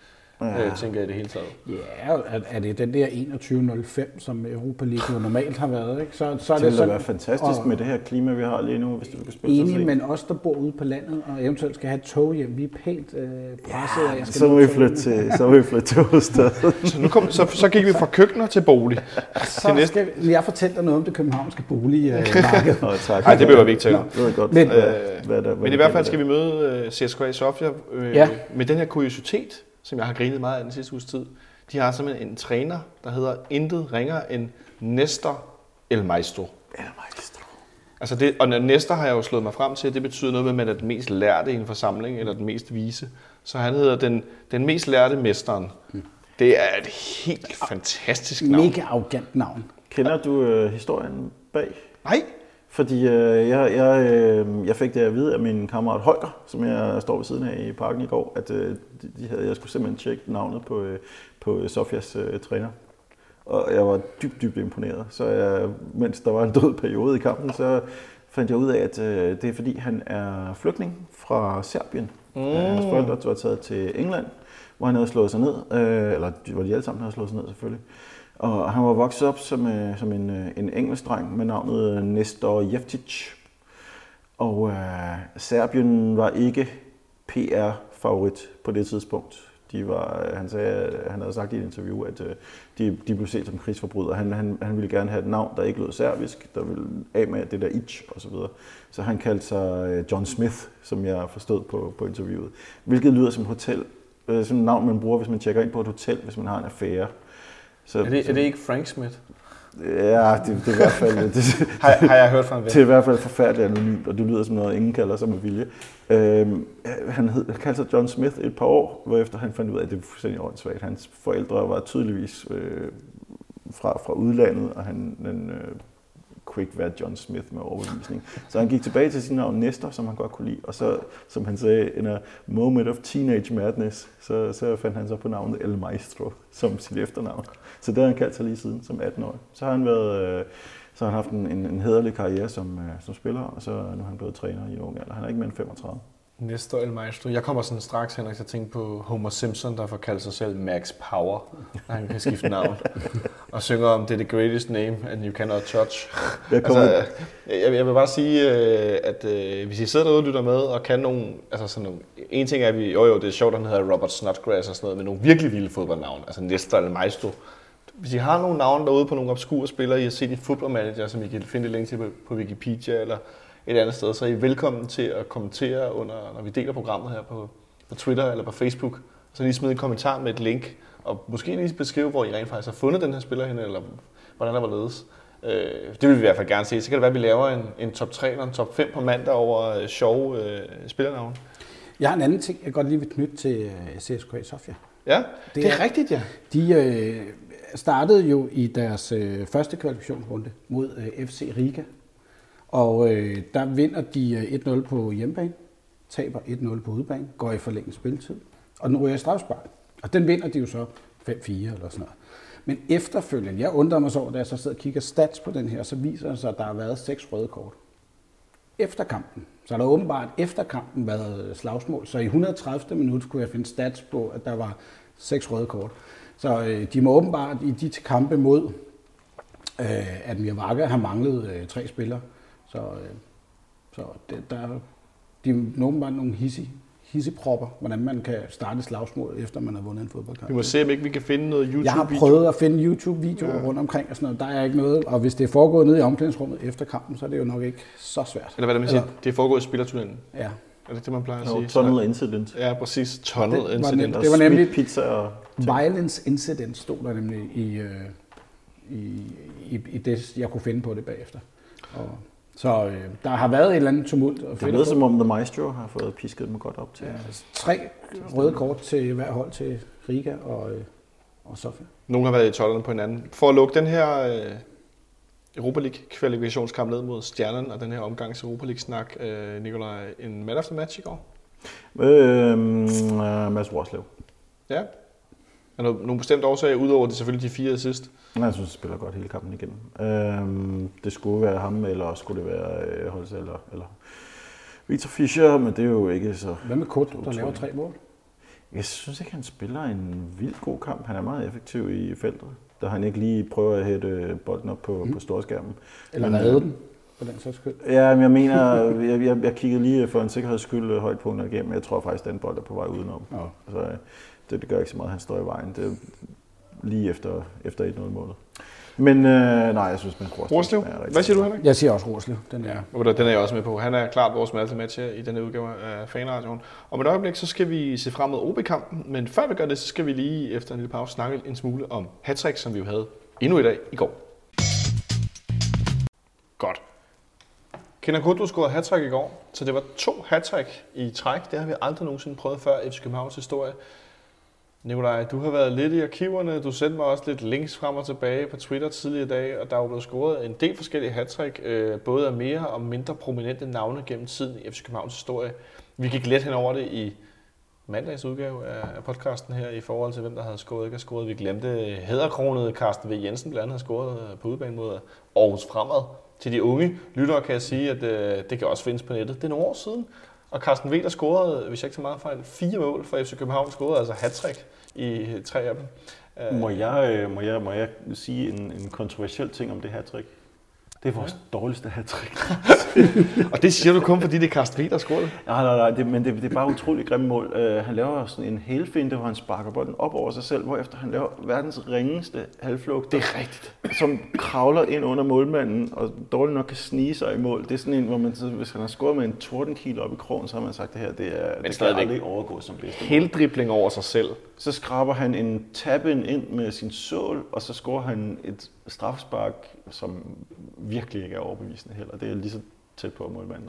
ja. øh, tænker jeg i det hele taget. Ja, er, er det den der enogtyve nul fem, som Europa League jo normalt har været, ikke? Så, så er det, det det sådan, være fantastisk og, med det her klima, vi har lige nu, hvis du kan spille enig, sig men også der bor ude på landet, og eventuelt skal have et tog hjem. Vi er pænt øh, presset, ja, jeg skal så må vi flytte til, så må vi flytte til hovedstaden. så, nu kom, så, så gik vi fra køkkener til bolig. Så til næste... skal vi, jeg fortæller dig noget om det københavnske boligmarked. Nej, øh, det behøver vi ikke til. Godt, men, hvad, øh, hvad der, hvad men i hvert fald skal vi møde uh, C S K A Sofia øh, ja. med den her kuriositet, som jeg har grinet meget af den sidste uges tid. De har simpelthen en træner, der hedder intet ringer end Nestor El Maestro. El Maestro. Altså det, og Nestor har jeg jo slået mig frem til, at det betyder noget med, at man er den mest lærte i en forsamling, eller den mest vise. Så han hedder den, den mest lærte mesteren. Hmm. Det er et helt fantastisk navn. Mega arrogant navn. Kender du øh, historien bag? Nej. Fordi øh, jeg, jeg, øh, jeg fik det at vide af min kammerat Holger, som jeg står ved siden af i parken i går, at øh, de havde, jeg skulle simpelthen tjekke navnet på, øh, på Sofias øh, træner. Og jeg var dybt, dybt imponeret. Så jeg, mens der var en død periode i kampen, så fandt jeg ud af, at øh, det er fordi, han er flygtning fra Serbien. Mm. Hans forældre var taget til England, hvor han havde slået sig ned, øh, eller hvor de alle sammen havde slået sig ned selvfølgelig. Og han var vokset op som, øh, som en, øh, en engelsk dreng med navnet Nestor Jeftic. Og øh, Serbien var ikke P R-favorit på det tidspunkt. De var, han, sagde, han havde sagt i et interview, at øh, de, de blev set som krigsforbrydere. Han, han, han ville gerne have et navn, der ikke lød serbisk, der ville af med det der itch og så videre. Så han kaldte sig øh, John Smith, som jeg forstod på, på interviewet. Hvilket lyder som hotel, øh, som et navn, man bruger, hvis man tjekker ind på et hotel, hvis man har en affære. Så, er, det, er det ikke Frank Smith? Ja, det, det er i hvert fald... Det, har, har jeg hørt fra en ven? Det er i hvert fald forfærdeligt anonymt, og det lyder som noget, ingen kalder sig med vilje. Øhm, han, hed, han kaldte sig John Smith et par år, hvorefter han fandt ud af, at det var fuldstændig åndssvagt. Hans forældre var tydeligvis øh, fra, fra udlandet, og han, han øh, kunne ikke være John Smith med overbevisning. Så han gik tilbage til sin navn Nestor, som han godt kunne lide, og så, som han sagde, in a moment of teenage madness, så, så fandt han så på navnet El Maestro som sit efternavn. Så det har han kaldt sig lige siden, som atten-årig. Så har han været, øh, så har han haft en, en, en hæderlig karriere som, øh, som spiller, og så nu er han blevet træner i ung alder. Han er ikke mere end femogtredive. Nestor El Maestro. Jeg kommer sådan straks, Henrik, til at tænke på Homer Simpson, der får kaldt sig selv Max Power, når han kan skifte navn. Og synger om, det er the greatest name, and you cannot touch. Jeg, altså, jeg, jeg vil bare sige, at øh, hvis I sidder derude og lytter med, og kan nogle, altså sådan nogle, en ting er, at vi, jo jo, det er sjovt, at han hedder Robert Snodgrass og sådan noget, men nogle virkelig vilde fodboldnavn, altså Nestor El Maestro. Hvis I har nogle navne derude på nogle obskure spillere, I har set i Football Manager, som I kan finde link til på, på Wikipedia eller et andet sted, så er I velkommen til at kommentere, under, når vi deler programmet her på, på Twitter eller på Facebook. Så lige smide en kommentar med et link, og måske lige beskrive, hvor I rent faktisk har fundet den her spiller henne, eller hvordan der var ledes. Øh, det vil vi i hvert fald gerne se. Så kan det være, at vi laver en, en top tre eller en top fem på mandag over øh, sjove øh, spillernavne. Jeg har en anden ting, jeg godt lige vil knytte til øh, C S K A Sofia. Ja, det, det er, er rigtigt, ja. De øh, startede jo i deres øh, første kvalifikationsrunde mod øh, F C Riga. Og øh, der vinder de et nul på hjemmebane, taber et nul på udebane, går i forlænget spilletid, og den ryger i strafspark. Og den vinder de jo så fem fire eller sådan noget. Men efterfølgende, jeg undrer mig så over, da jeg så sidder og kigger stats på den her, så viser det sig, at der har været seks røde kort. Efter kampen. Så der har åbenbart efter kampen været slagsmål. Så i et hundrede og tredive minut kunne jeg finde stats på, at der var seks røde kort. Så øh, de må åbenbart i de til kampe mod øh, Admir Vaga har manglet øh, tre spillere. Så, øh, så det, der de er åbenbart nogle hissige, hissepropper, hvordan man kan starte slagsmål, efter man har vundet en fodboldkamp. Vi må se, om ikke vi kan finde noget YouTube-video. Jeg har prøvet at finde YouTube-videoer ja. rundt omkring, og sådan noget. Der er ikke noget, og hvis det er foregået nede i omklædningsrummet efter kampen, så er det jo nok ikke så svært. Eller hvad det man siger, det er foregået i spillertunnelen. Ja. Er det det, man plejer at no, sige? Tunnel incident. Ja, præcis. Tunnel det incident. Var det var nemlig pizza og violence incident, stod der nemlig i, øh, i, i, i det, jeg kunne finde på det bagefter. Og så øh, der har været et eller andet tumult. Og det lyder som om The Maestro har fået pisket dem godt op til. Ja, tre røde kort til hver hold til Riga og, øh, og Sofia. Nogle har været i tollerne på hinanden. For at lukke den her øh, Europa League-kvalifikationskamp ned mod Stjernen og den her omgangs Europa League-snak, øh, Nikolaj, en man of the match i går? Øh, Mads Roslev. Ja. Er der nogle bestemte årsager, udover det selvfølgelig de fire sidst? Nej, jeg synes, han spiller godt hele kampen igennem. Øhm, det skulle være ham, eller skulle det være øh, Holse eller, eller Victor Fischer, men det er jo ikke så... Hvad med Kurt, der laver tre mål? Jeg synes ikke, han spiller en vild god kamp. Han er meget effektiv i feltet, da han ikke lige prøver at hætte bolden op på, mm. på storskærmen. Eller redde den, for den sags skyld. Ja, men jeg mener, jeg, jeg, jeg kiggede lige for en sikkerheds skyld højdepunkter igennem, men jeg tror faktisk, at den bold er på vej udenom. Ja. Så det, det gør ikke så meget, at han står i vejen. Det er lige efter, efter et nul-målet. Men øh, nej, jeg synes, man Rorslev. Rorslev? Hvad siger du, Henrik? Jeg siger også Rorslev. Den er, ja. Den er jeg også med på. Han er klart vores man match her i denne udgave af Fanradioen. Om et øjeblik, så skal vi se frem mod O B-kampen, men før vi gør det, så skal vi lige efter en lille pause snakke en smule om hattrick, som vi jo havde endnu i dag i går. Godt. Kenneth Kudru scorede hattrick i går, så det var to hattrick i træk. Det har vi aldrig nogensinde prøvet før i F C Københavns historie. Nikolaj, du har været lidt i arkiverne. Du sendte mig også lidt links frem og tilbage på Twitter tidligere i dag, og der er jo blevet scoret en del forskellige hattrick, øh, både af mere og mindre prominente navne gennem tiden i F C Københavns historie. Vi gik let hen over det i mandags udgave af podcasten her i forhold til, hvem der havde scoret og ikke har scoret. Vi glemte hæderkronede Carsten V. Jensen blandt andet har scoret på udebane mod Aarhus Fremad. Til de unge lyttere kan jeg sige, at øh, det kan også findes på nettet. Det er nogle år siden. Og Carsten V. der scorede, hvis jeg ikke tager meget fejl, fire mål for F C København, scorede altså hattrick i tre af dem. Må jeg, må jeg, må jeg sige en, en kontroversiel ting om det hattrick? Det er vores ja. dårligste hattrick. Og det siger du kun, fordi det er Carsten V, der scorede? Nej, nej, nej, det, men det, det er bare utroligt grimme mål. Uh, han laver sådan en hælfinte, hvor han sparker bolden op over sig selv, hvorefter han laver verdens ringeste halvflugt. Det er rigtigt. Som kravler ind under målmanden, og dårligt nok kan snige sig i mål. Det er sådan en, hvor man, hvis han har scoret med en tordenkil op i krogen, så har man sagt, at det her, det, er, det kan aldrig overgå som bedste. Heldribling over sig selv. Så skraber han en tab-in ind med sin sål, og så scorer han et straffespark, som virkelig ikke er overbevisende heller. Det er lige så tæt på målmanden.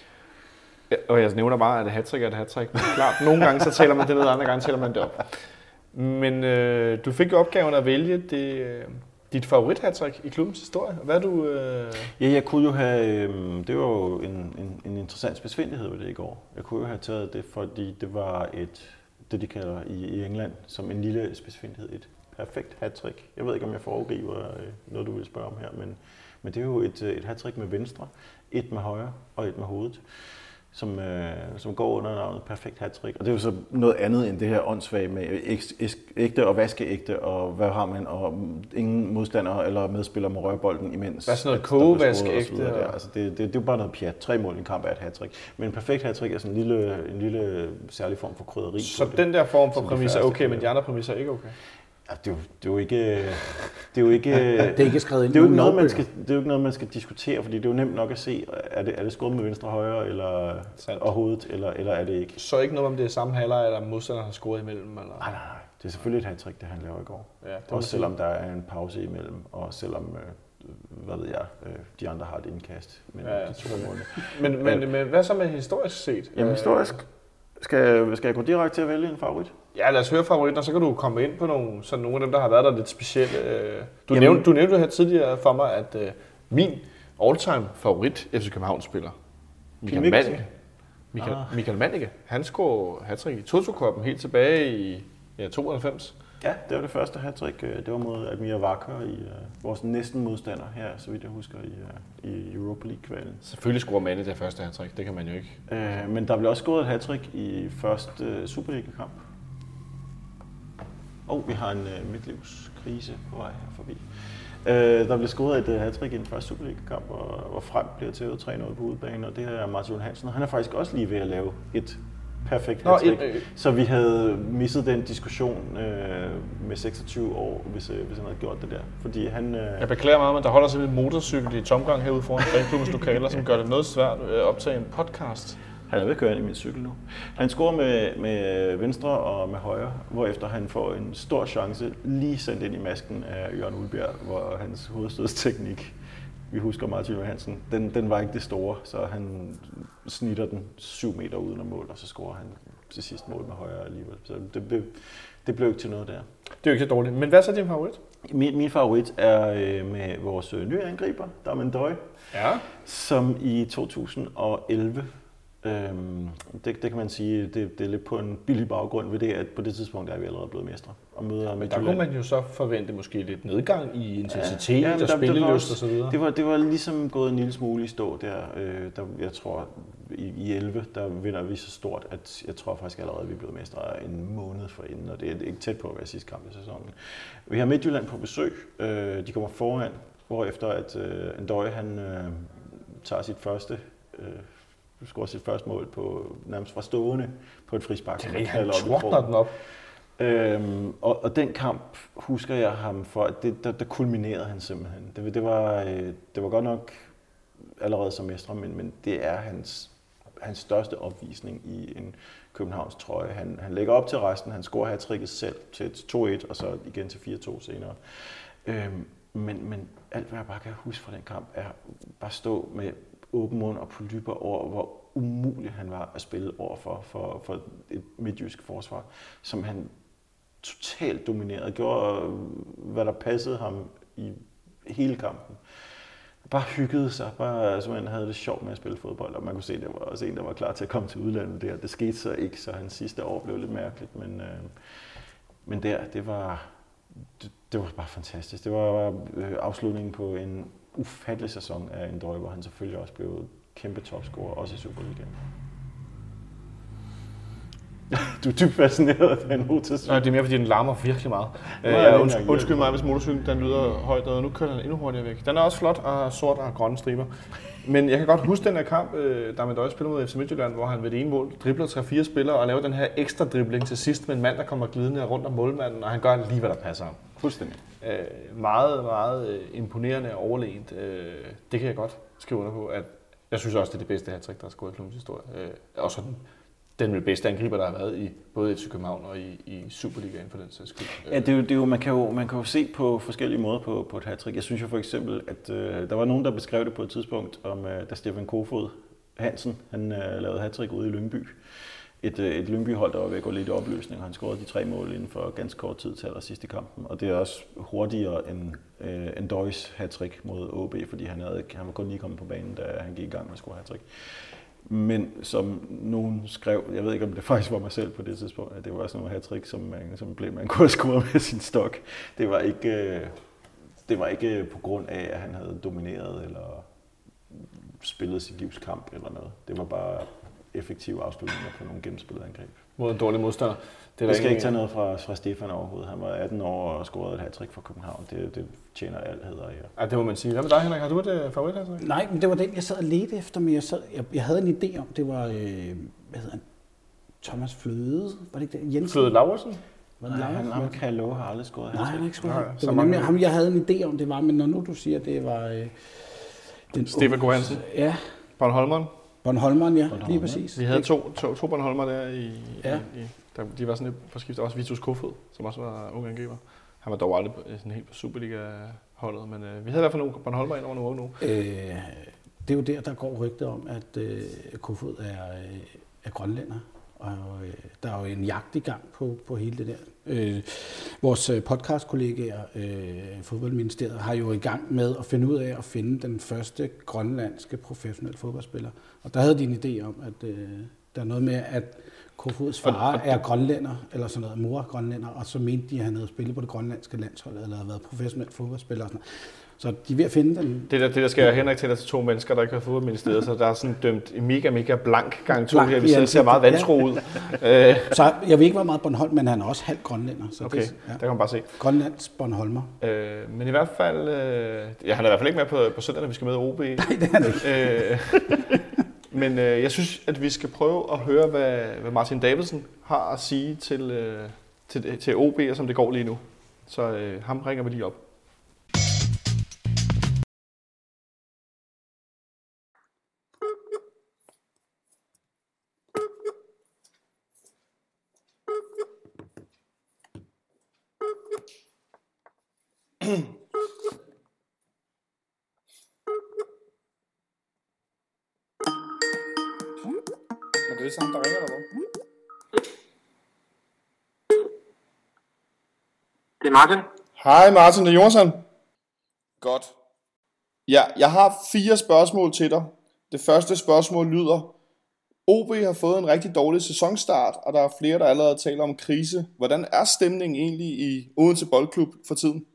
Ja, og jeg nævner bare, at det hattrick er et hattrick. Klart, nogle gange så taler man det ned, andre gange taler man det op. Men øh, du fik jo opgaven at vælge det, øh, dit favorit hattrick i klubbens historie. Hvad du? Øh... Ja, jeg kunne jo have. Øh, det var jo en, en, en interessant spidsfindighed ved det i går. Jeg kunne jo have taget det, fordi det var et, det de kalder i, i England som en lille spidsfindighed, et perfekt hattrick. Jeg ved ikke, om jeg foregriber noget, du vil spørge om her, men, men det er jo et, et hattrick med venstre, et med højre og et med hovedet, som, øh, som går under navnet perfekt hattrick. Og det er jo så noget andet end det her åndssvage med ægte og vaskeægte, og hvad har man, og ingen modstander eller medspiller må røre bolden imens. Hvad er sådan noget kogevaskeægte? Og... Altså det, det, det er jo bare noget pjat. Tre mål i en kamp er et hattrick. Men en perfekt hattrick er sådan en lille, en lille særlig form for krydderi. Så den der form for præmisser er okay, men de andre præmisser er ikke okay? Ja, det, er jo, det er jo ikke det er jo ikke det er ikke skrevet ind. Det er jo ikke noget man skal det er jo ikke noget man skal diskutere, fordi det er jo nemt nok at se, er det er det scoret med venstre højre eller og hovedet eller eller er det ikke. Så ikke noget om det er samme halvleg eller modstanderen har scoret imellem eller. Nej nej nej. Det er selvfølgelig et hattrick det han laver i går. Ja, også selvom der er en pause imellem og selvom øh, hvad ved jeg, øh, de andre har et indkast men ja, ja. men, men men hvad så med historisk set? Jamen historisk Skal, skal jeg gå direkte til at vælge en favorit? Ja, lad os høre favoritten, og så kan du komme ind på nogle, sådan nogle af dem, der har været der lidt specielle. Du Jamen, nævnte, du nævnte her tidligere for mig, at uh, min all-time favorit F C København-spiller, Michael Mannicke, Michael, ah. Michael Mannicke, han scorede hattrick i Toto-cupen helt tilbage i ja, tooghalvfems. Ja, det var det første hattrick. Det var mod Admir Wacker i uh, vores næsten modstander her, så vidt jeg husker, i, uh, i Europa League-kvalen. Selvfølgelig scorer Manne det første hattrick, det kan man jo ikke. Uh, men der blev også scoret et hattrick i første uh, Superliga-kamp. Og oh, vi har en uh, midtlivskrise på vej her forbi. Uh, der blev scoret et uh, hattrick i den første Superliga-kamp, hvor, hvor Frem bliver tævet tre nul på udebane, og det er Martin Hansen. Han er faktisk også lige ved at lave et perfekt hattrick. Øh, øh. Så vi havde misset den diskussion øh, med seksogtyve år, hvis, øh, hvis han havde gjort det der. Fordi han, øh... Jeg beklager meget, men der holder simpelthen en motorcykel i tomgang herude foran fanklubbens lokaler, som gør det noget svært at optage en podcast. Han er ved at køre ind i min cykel nu. Han scorer med, med venstre og med højre, hvorefter han får en stor chance lige sendt ind i masken af Jørgen Ulbjerg, hvor hans hovedstødsteknik, vi husker Martin Johansen, den, den var ikke det store, så han snitter den syv meter uden af mål, og så scorer han til sidst mål med højre alligevel. Så det blev, det blev ikke til noget der. Det er jo ikke så dårligt. Men hvad så er din favorit? Min, min favorit er øh, med vores øh, nye angriber, Darmen Døj, ja. Som i to tusind og elleve, øhm, det, det kan man sige, det, det er lidt på en billig baggrund ved det, at på det tidspunkt er vi allerede blevet mestre. Og møder men der kunne man jo så forvente måske lidt nedgang i intensitet ja, ja, og spillelyst og så videre. Det var, det var ligesom gået en lille smule i stå der. Øh, der jeg tror, i, i elleve, der vinder vi så stort, at jeg tror faktisk allerede, at vi er blevet mestre en måned forinden, og det er ikke tæt på at være sidste kamp i sæsonen. Vi har Midtjylland på besøg. De kommer foran, hvorefter at Ndøje, han øh, tager sit første, øh, scorer sit første mål på nærmest fra stående på et frispark. Det er han trådner den op. Øhm, og, og den kamp husker jeg ham for, at det, der, der kulminerede han simpelthen. Det, det, var, øh, det var godt nok allerede som mestre, men, men det er hans, hans største opvisning i en Københavns trøje. Han, han lægger op til resten, han scorer hattricket selv til to et, og så igen til fire to senere. Øhm, men, men alt hvad jeg bare kan huske fra den kamp, er bare stå med åben mund og polypper over, hvor umulig han var at spille overfor for, for et midtjysk forsvar, som han totalt dominerede, gjorde hvad der passede ham i hele kampen. Bare hyggede sig, bare simpelthen havde det sjovt med at spille fodbold, og man kunne se, at der var også en, der var klar til at komme til udlandet der. Det skete så ikke, så hans sidste år blev lidt mærkeligt, men, øh, men der, det var, det, det var bare fantastisk. Det var øh, afslutningen på en ufattelig sæson af Ndøje, hvor han selvfølgelig også blev kæmpe topscorer, også i Superligaen. Du er dybt fascineret af den motorsæson. Nej, det er mere, fordi den larmer virkelig meget. Øh, ja, undskyld, undskyld mig, hvis motorcyklen den lyder højt, og nu kører den endnu hurtigere væk. Den er også flot og sort og grønne striber. Men jeg kan godt huske den her kamp, der med Ndøje spiller mod F C Midtjylland, hvor han ved det ene mål dribler tre fire spillere og laver den her ekstra dribling til sidst med en mand, der kommer glidende rundt om målmanden, og han gør lige, hvad der passer ham. Fuldstændig. Øh, meget, meget imponerende og overlegent. Øh, det kan jeg godt skrive under på, at jeg synes også, det er det bedste hattrick, der er scoret i klubbens historie. Øh, og sådan den bedste angriber, der har været i både F C København og i, i Superligaen for den sags skyld. Ja, det er jo, det er jo, man, kan jo, man kan jo se på forskellige måder på, på et hattrick. Jeg synes jo for eksempel, at øh, der var nogen, der beskrev det på et tidspunkt, om øh, da Stefan Kofod Hansen han, øh, lavede hattrick ude i Lyngby. Et, øh, et Lyngby-hold, der var ved at gå lidt i opløsning, og han scorede de tre mål inden for ganske kort tid til allersidst i kampen. Og det er også hurtigere end øh, Ndøjes hattrick mod O B, fordi han, havde, han var kun lige kommet på banen, da han gik i gang med at score hattrick. Men som nogen skrev, jeg ved ikke om det faktisk var mig selv på det tidspunkt, at det var sådan nogle hattrick, som man, som blev, man kunne have scoret med sin stok. Det var ikke, det var ikke på grund af, at han havde domineret eller spillet sit livs kamp eller noget. Det var bare effektive afslutninger på nogle gennemspillede angreb. Mod en dårlig modstander. Det er jeg skal ikke tage noget fra, fra Stefan overhovedet. Han var atten år og scorede et hattrick for København. Det, det tjener alt hedder i. Ja. Ja, det må man sige. Hvad med dig, Henrik? Har du et uh, favorit hattrick? Nej, men det var den, jeg sad og ledte efter, men jeg, sad, jeg, jeg havde en idé om, det var, øh, hvad hedder han, Thomas Fløde, var det ikke det? Jensen? Fløde Laursen? Var det Nej, Laursen? han, ham kan jeg love, har aldrig scoret hattrick. Nej, han har ikke scoret. Nej, Det var nemlig ham, jeg havde en idé om, det var, men når nu du siger, det var øh, den Stefan Gohansen? Ja. Bornholmeren? Bornholmeren, ja, Bornholm, lige præcis. Vi havde to, to, to Bornholmer der i, ja. i, i der, de var sådan lidt på skift. Også Vitus Kofod, som også var ung angriber. Han var dog aldrig sådan helt på Superliga-holdet, men øh, vi havde i hvert fald nogle Bornholmer ind over nogle nu. Øh, det er jo der, der går rygter om, at øh, Kofod er, øh, er grønlænder. Og øh, der er jo en jagt i gang på, på hele det der. Øh, vores podcastkollegaer, øh, Fodboldministeriet, har jo i gang med at finde ud af at finde den første grønlandske professionelle fodboldspiller. Og der havde de en idé om, at øh, der er noget med, at Kofods far er grønlænder, eller sådan noget, mor er grønlænder, og så mente de, at han havde spillet på det grønlandske landshold, eller havde været professionel fodboldspiller og sådan noget. Så de er ved at finde den. Det der, det der skal Henrik til, til to mennesker, der ikke har fået ministeriet, så der er sådan dømt mega, mega blank gang to Blank her. Vi i ser, ser meget vantro ud. Ja. Så jeg ved ikke, hvor meget Bornholm, men han er også halvt grønlænder. Så Okay, det, ja. der kan man bare se. Grønlands Bornholmer. Øh, men i hvert fald, øh, ja, han er i hvert fald ikke med på, på søndag, når vi skal med O B. Nej, det er det ikke. Øh, men øh, jeg synes, at vi skal prøve at høre, hvad, hvad Martin Davidsen har at sige til, øh, til, til O B, og som det går lige nu. Så øh, ham ringer vi lige op. Men det er sådan, der ringer der, hvor? Det er Martin. Hej Martin, det er Jonsson. Godt. Ja, jeg har fire spørgsmål til dig. Det første spørgsmål lyder: O B har fået en rigtig dårlig sæsonstart, og der er flere, der allerede taler om krise. Hvordan er stemningen egentlig i Odense Boldklub for tiden?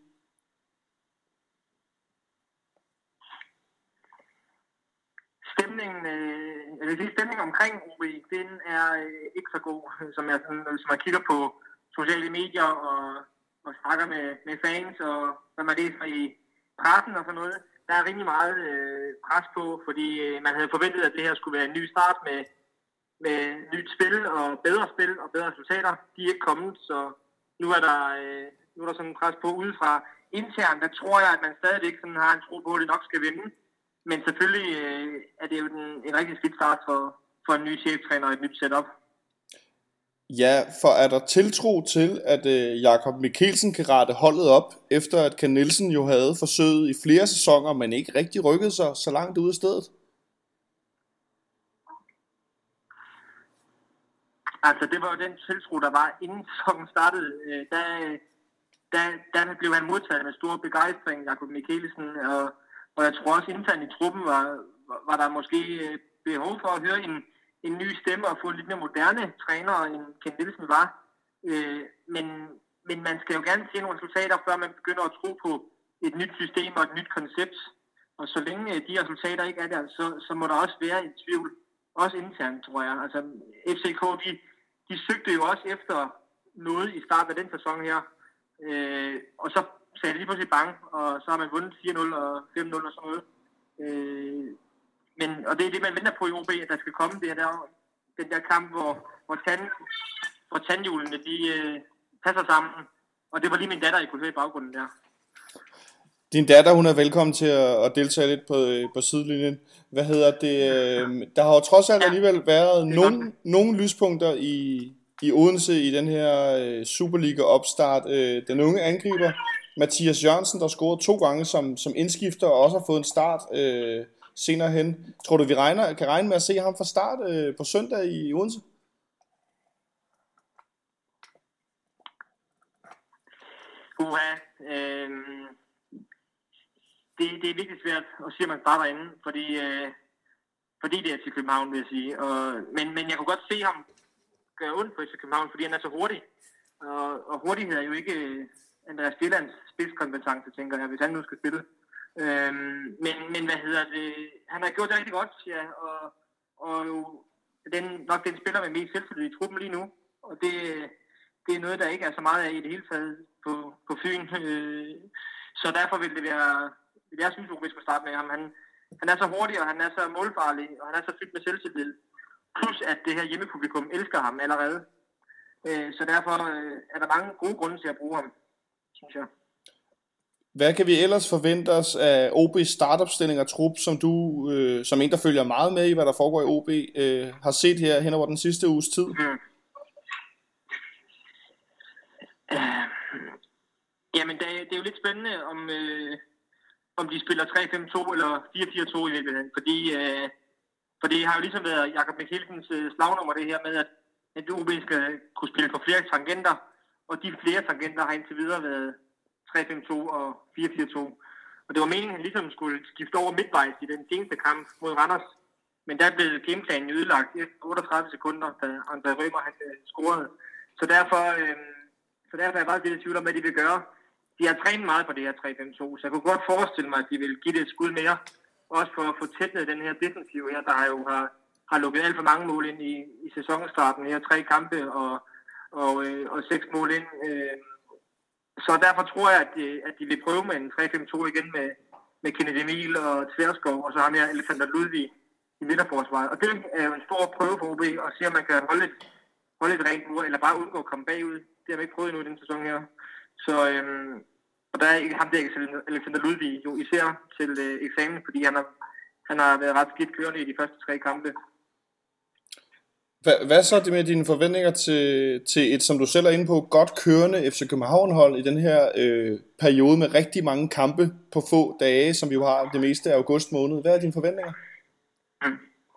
Stemningen, øh, vil sige, stemningen omkring O B, den er øh, ikke så god, som jeg, sådan, hvis man kigger på sociale medier og, og snakker med, med fans, og hvad man læser i pressen og sådan noget. Der er rimelig meget øh, pres på, fordi øh, man havde forventet, at det her skulle være en ny start med, med nyt spil og bedre spil og bedre resultater. De er ikke kommet, så nu er der, øh, nu er der sådan en pres på udefra. Internt, der tror jeg, at man stadigvæk sådan har en tro på, at det nok skal vinde. Men selvfølgelig øh, er det jo den, en rigtig skidt start for, for en ny cheftræner og et nyt setup. Ja, for er der tiltro til, at øh, Jakob Mikkelsen kan rette holdet op, efter at Ken Nielsen jo havde forsøget i flere sæsoner, men ikke rigtig rykket sig så langt ude af stedet? Altså, det var jo den tiltro, der var inden sæsonen startede. Øh, der, der, der blev han modtaget med stor begejstring, Jakob Mikkelsen, og, og jeg tror også internt i truppen var, var der måske behov for at høre en en ny stemme og få en lidt mere moderne træner, end Ken Nielsen var. Øh, men, men man skal jo gerne se nogle resultater, før man begynder at tro på et nyt system og et nyt koncept. Og så længe de resultater ikke er der, så, så må der også være en tvivl. Også internt, tror jeg. Altså, F C K, de, de søgte jo også efter noget i starten af den sæson her. Øh, og så sagde de lige pludselig bang, og så har man vundet fire nul og fem nul og sådan noget. Øh, Men, og det er det, man venter på i O B, at der skal komme det der, den der kamp, hvor, hvor, tand, hvor tandhjulene de, øh, passer sammen. Og det var lige min datter, I kunne høre i baggrunden der. Din datter, hun er velkommen til at, at deltage lidt på, på sidelinjen. Hvad hedder det? Øh, der har jo trods alt alligevel været nogle, nogle lyspunkter i, i Odense i den her øh, Superliga-opstart. Øh, den unge angriber, Mathias Jørgensen, der scorede to gange som, som indskifter og også har fået en start øh, senere hen. Tror du, vi regner, kan regne med at se ham fra start øh, på søndag i Odense? Uha, øh, det, det er virkelig svært at sige, at man starter inden, fordi, øh, fordi det er til København, vil jeg sige. Og, men, men jeg kunne godt se ham gøre ondt på F C København, fordi han er så hurtig. Og, og hurtighed er jo ikke Andreas Bjellands spidskompetence, tænker jeg, hvis han nu skal spille. Øhm, men, men hvad hedder det? Han har gjort det rigtig godt, ja, og, og jo den, nok den spiller med mest selvtillid i truppen lige nu, og det, det er noget, der ikke er så meget af i det hele taget på, på Fyn, øh, så derfor vil det være, jeg synes, at vi skal starte med ham. Han, han er så hurtig, og han er så målfarlig, og han er så fyldt med selvtillid, plus at det her hjemmepublikum elsker ham allerede, øh, så derfor øh, er der mange gode grunde til at bruge ham, synes jeg. Hvad kan vi ellers forvente os af O B's startopstilling og trup, som du, øh, som en, der følger meget med i, hvad der foregår i O B, øh, har set her hen over den sidste uges tid? Mm. Uh, jamen, det, det er jo lidt spændende, om, øh, om de spiller tre fem to eller fire fire to i virkeligheden, fordi, øh, for det har jo ligesom været Jakob Mikkelsens øh, slagnummer, det her med, at, at O B skal kunne spille på flere tangenter, og de flere tangenter har indtil videre været tre fem to og fire fire to. Og det var meningen, at han ligesom skulle skifte over midtvejs i den seneste kamp mod Randers. Men der blev gameplanen ødelagt i otteogtredive sekunder, da André Rømer han scorede. Så derfor, øh, så derfor er jeg bare lidt i tvivl om, hvad de vil gøre. De har trænet meget på det her tre fem to, så jeg kunne godt forestille mig, at de vil give det et skud mere. Også for at få tætnet den her defensiv her, der jo har, har lukket alt for mange mål ind i, i sæsonstarten her. Tre kampe og, og, øh, og seks mål ind. Øh, Så derfor tror jeg, at de, at de vil prøve med en tre fem to igen med, med Kenneth Emil og Tverskov, og så har vi Alexander Ludvig i midterforsvaret. Og det er jo en stor prøve for O B, at se, om man kan holde et, holde et rent mur, eller bare undgå at komme bagud. Det har vi ikke prøvet endnu i den sæson her. Så, øhm, og der er ikke ham der, Alexander Ludvig, jo især til øh, eksamen, fordi han har, han har været ret skidt kørende i de første tre kampe. Hvad, hvad så det med dine forventninger til, til et, som du selv er inde på, godt kørende F C København-hold i den her øh, periode med rigtig mange kampe på få dage, som vi jo har det meste af august måned? Hvad er dine forventninger? Mm.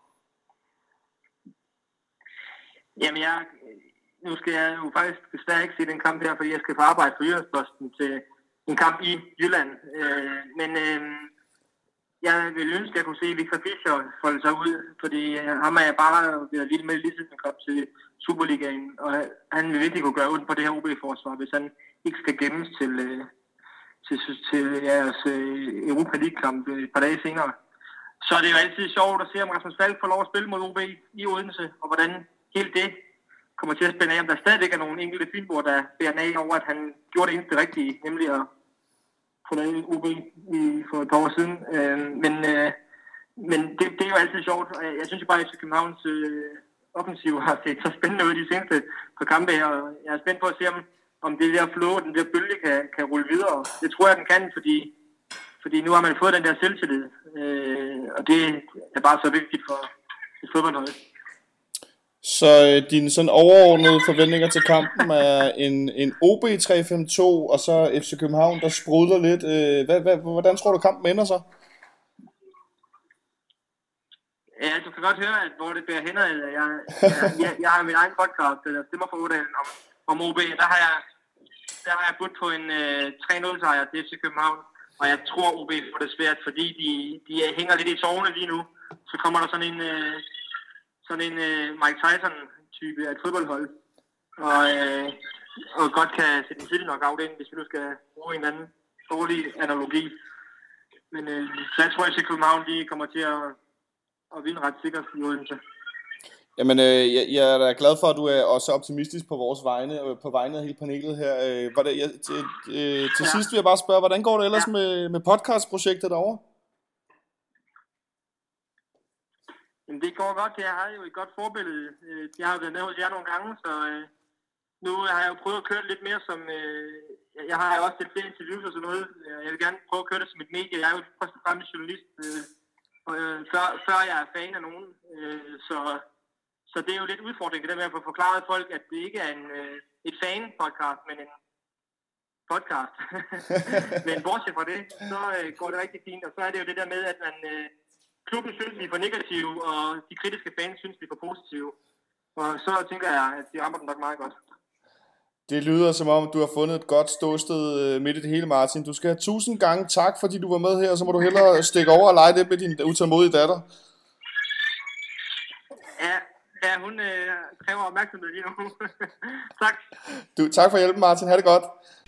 Jamen, jeg, nu skal jeg jo faktisk desværre ikke se den kamp her, fordi jeg skal på arbejde for Jyllandsposten til en kamp i Jylland. Øh, men øh, jeg ville ønske, at jeg kunne se Victor Fischer folde sig ud, fordi ham er jeg bare været vild med lige siden han kom til Superligaen, og han vil virkelig kunne gøre ondt på det her O B-forsvar, hvis han ikke skal gemmes til, til, til jeres Europa League-kamp et par dage senere. så er det jo altid sjovt at se, om Rasmus Falk får lov at spille mod O B i Odense, og hvordan helt det kommer til at spænde af, om der stadigvæk er nogle enkelte filmer, der bærer af over, at han gjorde det eneste rigtige, nemlig at få lavet O B i, for et par år siden. Øh, men øh, men det, det er jo altid sjovt, og jeg synes jo bare, at F C Københavns øh, offensiv har set så spændende ud de seneste par kampe her, og jeg er spændt på at se, om, om det der flow, den der bølge kan, kan rulle videre. Det tror jeg, den kan, fordi, fordi nu har man fået den der selvtillid, øh, og det er bare så vigtigt for et fodboldhold. Så øh, dine sådan overordnede forventninger til kampen er en, en O B tre fem to, og så F C København, der sprudler lidt. Øh, hvad, hvad, hvordan tror du, kampen ender så? Ja, du kan godt høre, at hvor det bærer hen. Jeg, jeg, jeg, jeg har min egen podcast, der stemmer for Odalen om, om O B. Der har jeg, der har jeg budt på en øh, tre nul sejr til F C København, og jeg tror, O B får det svært, fordi de, de hænger lidt i tårne lige nu. Så kommer der sådan en... Øh, sådan en uh, Mike Tyson-type af et fodboldhold, og, uh, og godt kan sætte en tidlig nok af ind, hvis vi nu skal bruge en anden dårlig analogi. Men uh, så jeg tror, at København de kommer til at, at vinde ret sikkert i Odense. Jamen, øh, jeg, jeg er da glad for, at du er også optimistisk på vores vegne, og på vegne af hele panelet her. Øh, var det, jeg, til øh, til ja. sidst vil jeg bare spørge, hvordan går det ellers ja. med, med podcastprojektet derovre? Jamen, det går godt. Jeg har jo et godt forbillede. Jeg har jo været med hos jer nogle gange, så øh, nu har jeg jo prøvet at køre det lidt mere som... Øh, jeg har jo også lidt flere interviews og sådan noget. Jeg vil gerne prøve at køre det som et medie. Jeg er jo først og fremmest journalist, øh, øh, før, før jeg er fan af nogen. Øh, så, så det er jo lidt udfordring, det der med at få forklaret folk, at det ikke er en, øh, et fan-podcast, men en podcast. Men bortset fra det, så øh, går det rigtig fint. Og så er det jo det der med, at man... Øh, klubben synes, vi er for negative, og de kritiske fans synes, vi er for positive. Og så tænker jeg, at de rammer den nok meget godt. Det lyder som om, du har fundet et godt ståsted midt i det hele, Martin. Du skal have tusind gange tak, fordi du var med her, og så må du hellere stikke over og lege det med din utålmodige datter. Ja, ja hun øh, kræver opmærksomhed lige nu. Tak. Du, tak for hjælpen, Martin. Ha' det godt.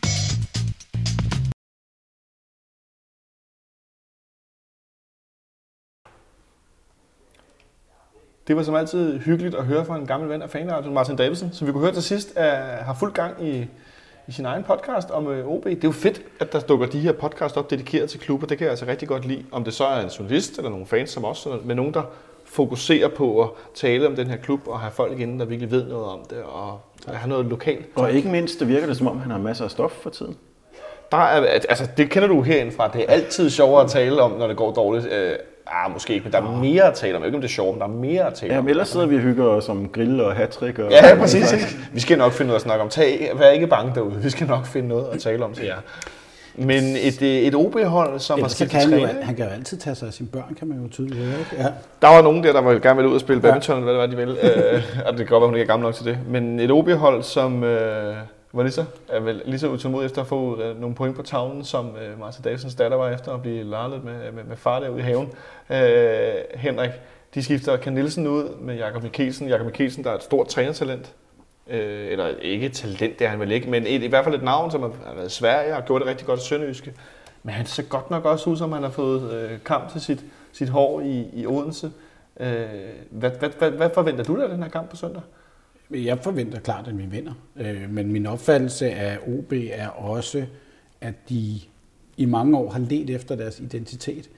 Det var som altid hyggeligt at høre fra en gammel ven af fanradioen, Martin Davidsen, som vi kunne høre til sidst, er, har fuld gang i, i sin egen podcast om øh, O B. Det er jo fedt, at der dukker de her podcast op dedikeret til klubber. Det kan jeg altså rigtig godt lide. Om det så er en journalist eller nogle fans som os, men nogen, der fokuserer på at tale om den her klub og have folk inde, der virkelig ved noget om det og have noget lokalt. Og ikke mindst, det virker det som om, han har masser af stof for tiden. Der er, altså, det kender du herindefra. Det er altid sjovere at tale om, når det går dårligt. Øh, Ah, måske ikke, men der er mere at tale om. Ikke om det er sjovt, men der er mere at tale ja, om. Ja, ellers sidder vi og hygger os om grill og hattrick. Og ja, præcis. Vi skal nok finde noget at snakke om. Tag, vær ikke bange derude. Vi skal nok finde noget at tale om til jer. Men et, et O B-hold, som har skiftet træner... Han kan jo altid tage sig af sine børn, kan man jo tydeligt høre. Ikke? Ja. Der var nogen der, der var gerne ville ud og spille badminton, eller hvad det var, de ville. Og det kan godt være, hun ikke er gammel nok til det. Men et O B-hold, som... Øh, var lige så, er vel lige så utålmodig efter at få øh, nogle point på tavlen, som øh, Martin Davidsens datter var efter at blive larlet med, med, med far derude i haven. Øh, Henrik, de skifter Ken Nielsen ud med Jakob Mikkelsen. Jakob Mikkelsen, der er et stort trænertalent. Øh, eller ikke talent, det er han vel ikke, men et, i hvert fald et navn, som har været i Sverige og gjort det rigtig godt i Sønderjyske. Men han ser godt nok også ud, som han har fået øh, kamp til sit, sit hår i, i Odense. Øh, hvad, hvad, hvad, hvad forventer du af den her kamp på søndag? Jeg forventer klart, at vi vinder. Men min opfattelse af O B er også, at de i mange år har ledt efter deres identitet.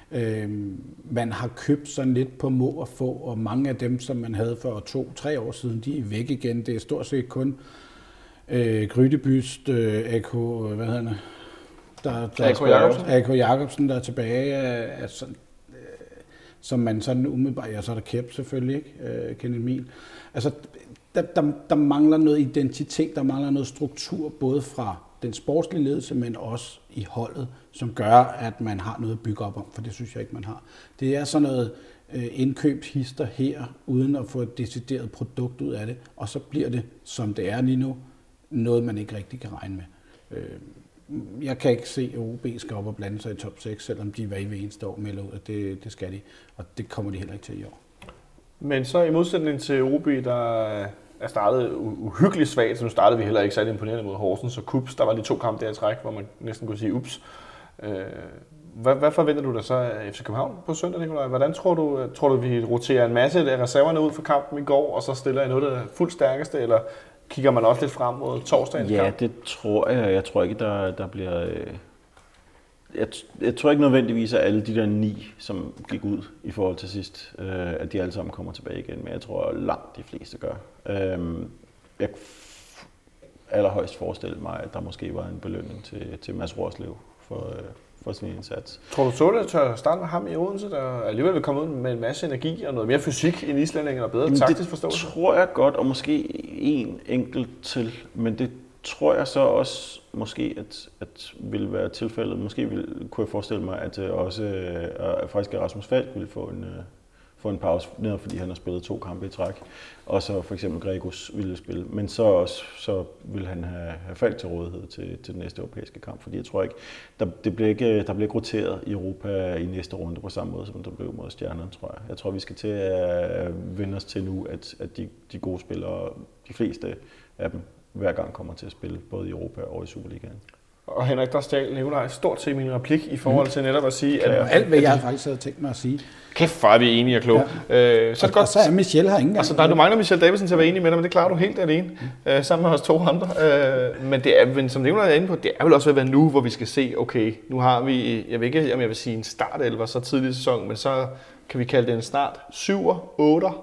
Man har købt sådan lidt på må og få, og mange af dem, som man havde for to, tre år siden, de er væk igen. Det er stort set kun øh, Grydebyst, øh, A K, hvad hedder han? Der, der, A K Jacobsen. A K Jacobsen, der er tilbage, altså, øh, som man sådan umiddelbart, ja, så er der Kæp selvfølgelig, ikke? Øh, Kenneth Emil. Altså, der, der, der mangler noget identitet, der mangler noget struktur, både fra den sportslige ledelse, men også i holdet, som gør, at man har noget at bygge op om, for det synes jeg ikke, man har. Det er sådan noget øh, indkøbshister her, uden at få et decideret produkt ud af det, og så bliver det, som det er lige nu, noget, man ikke rigtig kan regne med. Øh, jeg kan ikke se, at O B skal op og blande sig i top seks, selvom de hver eneste år melder ud, at det, det skal de, og det kommer de heller ikke til i år. Men så i modsætning til O B, der er startet uhyggeligt svagt, så nu startede vi heller ikke særlig imponerende mod Horsens og Kups. Der var de to kampe der i træk, hvor man næsten kunne sige ups. Øh, hvad, hvad forventer du dig så af F C København på søndag, Nikolaj? Hvordan tror du, tror du, vi roterer en masse af reserverne ud for kampen i går, og så stiller I noget af det fuldt stærkeste, eller kigger man også lidt frem mod torsdagens ja, kamp? Ja, det tror jeg. Jeg tror ikke, der, der bliver... Øh... Jeg, jeg tror ikke nødvendigvis, at alle de der ni, som gik ud i forhold til sidst, øh, at de alle sammen kommer tilbage igen, men jeg tror, at langt de fleste gør. Øh, jeg allerhøjst forestille mig, at der måske var en belønning til, til Mads Rorslev for, øh, for sin indsats. Tror du, Tåle tør starte med ham i Odense, der alligevel vil komme ud med en masse energi og noget mere fysik end islændingen og bedre Jamen taktisk forståelse? Det tror jeg godt, og måske en enkelt til, men det tror jeg så også måske, at, at ville være tilfældet. Måske ville, kunne jeg forestille mig, at også at faktisk Rasmus Falk ville få en, få en pause, netop fordi han har spillet to kampe i træk, og så for eksempel Gregus ville spille. Men så også så ville han have, have Falk til rådighed til, til den næste europæiske kamp, fordi jeg tror ikke, der, det bliver ikke, der bliver ikke roteret i Europa i næste runde på samme måde, som der blev mod Stjernerne, tror jeg. Jeg tror, vi skal til at vende os til nu, at, at de, de gode spillere, de fleste af dem, hver gang kommer til at spille, både i Europa og i Superligaen. Og Henrik, der stjal Nikolaj stort til min replik i forhold til netop at sige, at... at alt, hvad jeg faktisk havde tænkt mig at sige. Kæft, for er vi enige og kloge. Ja. Øh, så, og, godt, og så er Michel her ingen altså, der, du mangler Michel Davidsen til at være enig med dig, men det klarer du helt alene, mm. øh, sammen med os to andre. Øh, men det er, men som Nikolaj er inde på, det er vel også ved at være nu, hvor vi skal se, okay, nu har vi, jeg ved ikke, om jeg vil sige en startelver så tidlig i sæsonen, men så kan vi kalde det en start syver, otter,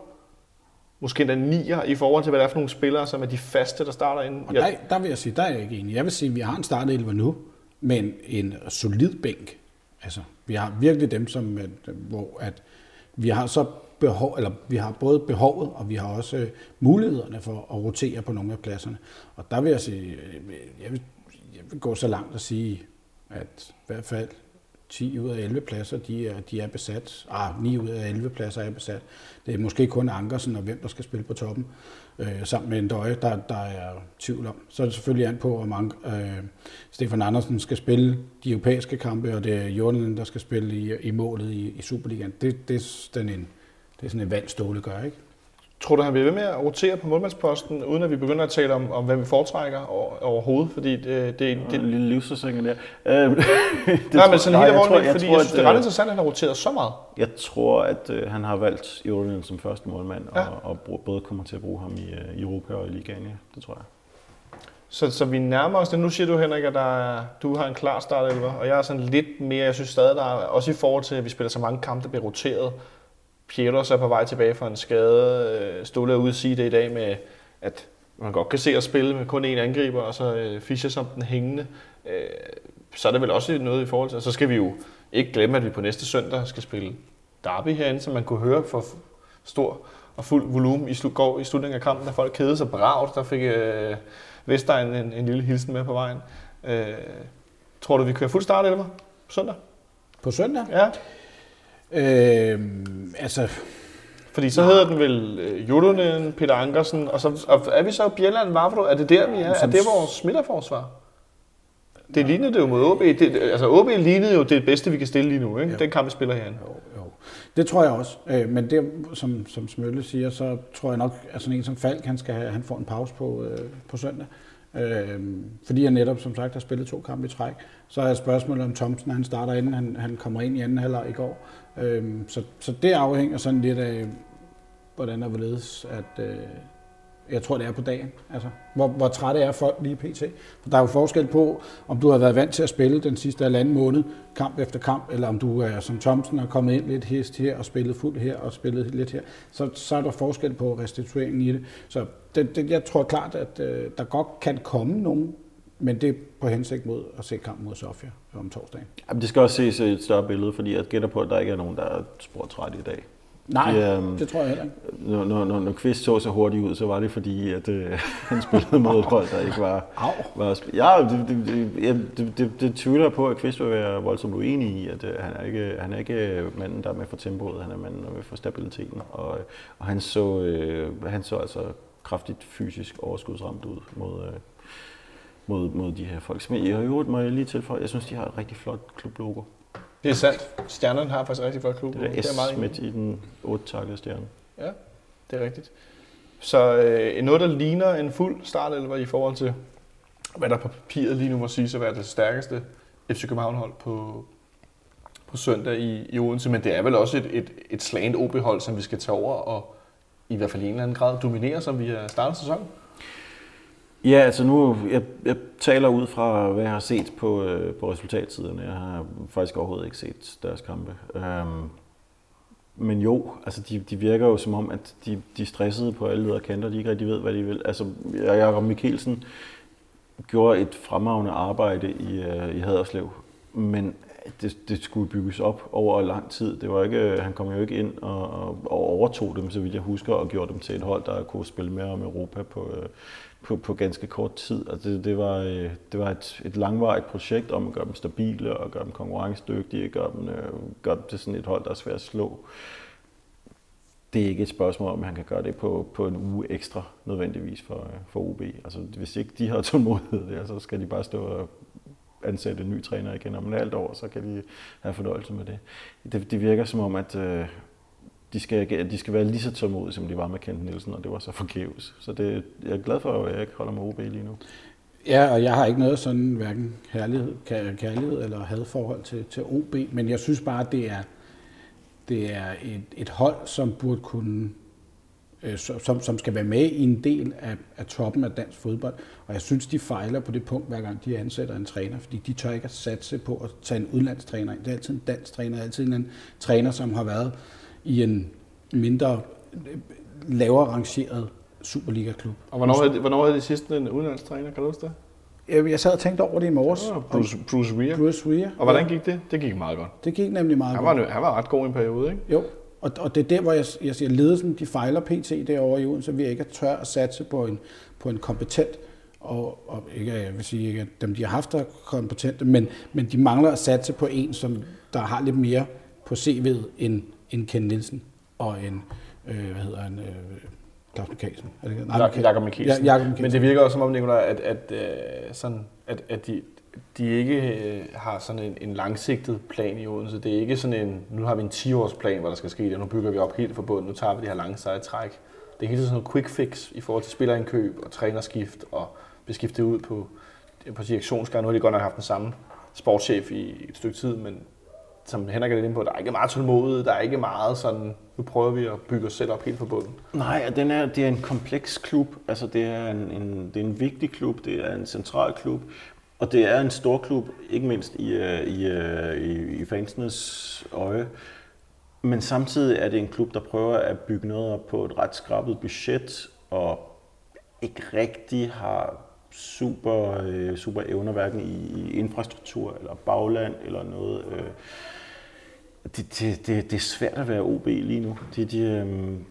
måske endda nier i forhold til, hvad det er for nogle spillere, som er de faste, der starter inden. Og der, der vil jeg sige, der er jeg ikke enig. Jeg vil sige, at vi har en startelver nu, men en solid bænk. Altså, vi har virkelig dem, som, hvor at vi har så behov, eller vi har både behovet, og vi har også mulighederne for at rotere på nogle af pladserne. Og der vil jeg sige, jeg vil, jeg vil gå så langt at sige, at i hvert fald ti ud af elleve pladser, de er, de er besat. Ah, ni ud af elleve pladser er besat. Det er måske kun Ankersen og hvem, der skal spille på toppen, øh, sammen med en døje, der, der er tvivl om. Så er det selvfølgelig an på, om Anker, øh, Stefan Andersen skal spille de europæiske kampe, og det er Jordan, der skal spille i, i målet i, i Superligaen. Det, det, er sådan en, det er sådan en valg, Ståle gør, ikke? Tror du, han vil ved med at rotere på målmandsposten, uden at vi begynder at tale om, om hvad vi foretrækker overhovedet? Fordi det, det, det en lille livsforsikring der. Nej, men sådan helt alvorligt, fordi jeg synes, det er ret interessant, at han har roteret så meget. Jeg tror, at øh, han har valgt Jordan som første målmand, ja. og, og brug, både kommer til at bruge ham i, i Europa og i ligaen. Ja. Det tror jeg. Så, så vi nærmer os det. Nu siger du, Henrik, at der er, du har en klar startelver, og jeg er sådan lidt mere, jeg synes stadig, der er, også i forhold til, at vi spiller så mange kampe, der bliver roteret. Pieters er på vej tilbage fra en skade. Ståle er ude at sige det i dag med, at man godt kan se at spille med kun én angriber, og så Fischer som den hængende. Så er det vel også noget i forhold til, og så skal vi jo ikke glemme, at vi på næste søndag skal spille derby herinde, som man kunne høre for stor og fuld volumen i, slut, går i slutningen af kampen, da folk kedede sig bravt. Der fik øh, Vestegn en, en lille hilsen med på vejen. Øh, tror du, vi kører fuld start, eller på søndag? På søndag? Ja. Øh, altså... Fordi så hedder den vel øh, Jolonen, Peter Ankersen, og så og er vi så Bjelland, Vavro? Er det der, vi er? Er det vores midterforsvar? Det lignede det jo mod O B. Det, altså O B lignede jo det bedste, vi kan stille lige nu, ikke? Den kamp, vi spiller herinde. Jo, jo. Det tror jeg også. Øh, men det, som, som Smølle siger, så tror jeg nok, at sådan en som Falk, han, skal have, han får en pause på, øh, på søndag. Øh, fordi han netop, som sagt, har spillet to kampe i træk. Så er spørgsmålet om Thomsen, han starter inden han, han kommer ind i anden halvleg i går. Øh, så, så det afhænger sådan lidt af, hvordan der vil ledes, at øh, jeg tror, det er på dagen. Altså, hvor, hvor trætte er folk lige pt. For der er jo forskel på, om du har været vant til at spille den sidste halvanden måned, kamp efter kamp, eller om du er som Thomsen og kommet ind lidt hist her og spillet fuldt her og spillet lidt her. Så, så er der forskel på restitueringen i det. Så det, det, jeg tror klart, at øh, der godt kan komme nogen, men det er på hensigt mod at se kampen mod Sofia om torsdagen. Jamen, det skal også ses i et større billede, fordi jeg gætter på, at der ikke er nogen, der er sportræt i dag. Nej, de, øhm, det tror jeg heller ikke. Når, når, når, når Kvist så så hurtigt ud, så var det fordi, at øh, han spillede mod et hold, der ikke var... var ja, det, det, det, det, det, det tvivler på, at Kvist vil være voldsomt uenig i, at øh, han, er ikke, han er ikke manden, der er med for tempoet, han er manden, der er med for stabiliteten. Og, og han, så, øh, han så altså kraftigt fysisk overskudsramt ud mod, øh, mod, mod de her folk. Men i øvrigt må jeg lige tilføje, jeg synes, de har et rigtig flot klublogo. Det er sandt. Stjernerne har faktisk rigtig flot klub. Det er S midt i den otte-takkede stjerne. Ja, det er rigtigt. Så øh, noget, der ligner en fuld startelver i forhold til, hvad der på papiret lige nu må sige at være det stærkeste F C København-hold på, på søndag i, i Odense, men det er vel også et, et, et slagent O B-hold, som vi skal tage over og i hvert fald i en eller anden grad dominere, som vi har startet sæsonen. Ja, altså nu, jeg, jeg taler ud fra, hvad jeg har set på, øh, på resultatsiderne. Jeg har faktisk overhovedet ikke set deres kampe. Øhm, men jo, altså de, de virker jo som om, at de, de er stressede på alle leder og kanter, de ikke rigtig ved, hvad de vil. Altså, Jakob Mikkelsen gjorde et fremragende arbejde i, øh, i Haderslev, men det, det skulle bygges op over lang tid. Det var ikke, han kom jo ikke ind og, og, og overtog dem, så vidt jeg husker, og gjorde dem til et hold, der kunne spille mere om Europa på, på, på ganske kort tid. Altså det, det var, det var et, et langvarigt projekt om at gøre dem stabile og gøre dem konkurrencedygtige, gøre dem, gøre dem til sådan et hold, der er svært at slå. Det er ikke et spørgsmål, om han kan gøre det på, på en uge ekstra, nødvendigvis for, for O B. Altså, hvis ikke de har tålmodighed der, så skal de bare stå og ansætte en ny træner igen om et halvt år, så kan de have fornøjelse med det. Det, det virker som om, at øh, de, skal, de skal være lige så tålmodige, som de var med Kent Nielsen, og det var så forgæves. Så det, jeg er glad for, at jeg ikke holder med O B lige nu. Ja, og jeg har ikke noget sådan hverken kærlighed, kærlighed eller hadforhold til, til O B, men jeg synes bare, at det er, det er et, et hold, som burde kunne, øh, som, som skal være med i en del af, af toppen af dansk fodbold. Og jeg synes, de fejler på det punkt, hver gang de ansætter en træner, fordi de tør ikke at satse på at tage en udenlandstræner ind. Det er altid en dansk træner, altid en træner, som har været i en mindre, lavere rangeret Superliga-klub. Og hvornår havde, hvornår havde de sidste en udenlandstræner, kan du huske det? Jeg sad og tænkte over det i morges. Oh, Bruce, Bruce Weir. Bruce Weir. Og hvordan gik det? Det gik meget godt. Det gik nemlig meget han var, godt. Han var ret god i en periode, ikke? Jo, og, og det er der, hvor jeg, jeg siger, ledelsen, de fejler P T derovre i Odense, så vi ikke tør at satse på en, på en kompetent, og, og ikke, jeg vil sige ikke, at dem, de har haft, er kompetente, men, men de mangler at satse på en, som der har lidt mere på C V'et end, end Ken Nielsen og en, øh, hvad hedder han, øh, Claus Mikkelsen. Jakob Mikkelsen. Ja, Jakob Mikkelsen. Men det virker også som om, Nicolaj, at, at, at, sådan, at, at de, de ikke har sådan en, en langsigtet plan i Odense. Det er ikke sådan en, nu har vi en ti-års plan, hvor der skal ske det, nu bygger vi op helt fra bunden, nu tager vi de her lange seje træk. Det er hele sådan noget quick fix i forhold til spillerindkøb og trænerskift og beskifte ud på, på direktionsgangen. Nu har de godt nok haft den samme sportschef i et stykke tid, men som Henrik er lidt inde på, der er ikke meget tålmodighed, der er ikke meget sådan, nu prøver vi at bygge os selv op helt fra bunden. Nej, den er, det er en kompleks klub, altså det er en, en, det er en vigtig klub, det er en central klub, og det er en stor klub, ikke mindst i, i, i, i fansenes øje. Men samtidig er det en klub, der prøver at bygge noget op på et ret skrabet budget, og ikke rigtig har super, super evner, hverken i infrastruktur eller bagland eller noget. Det, det, det, det er svært at være O B lige nu. De, de,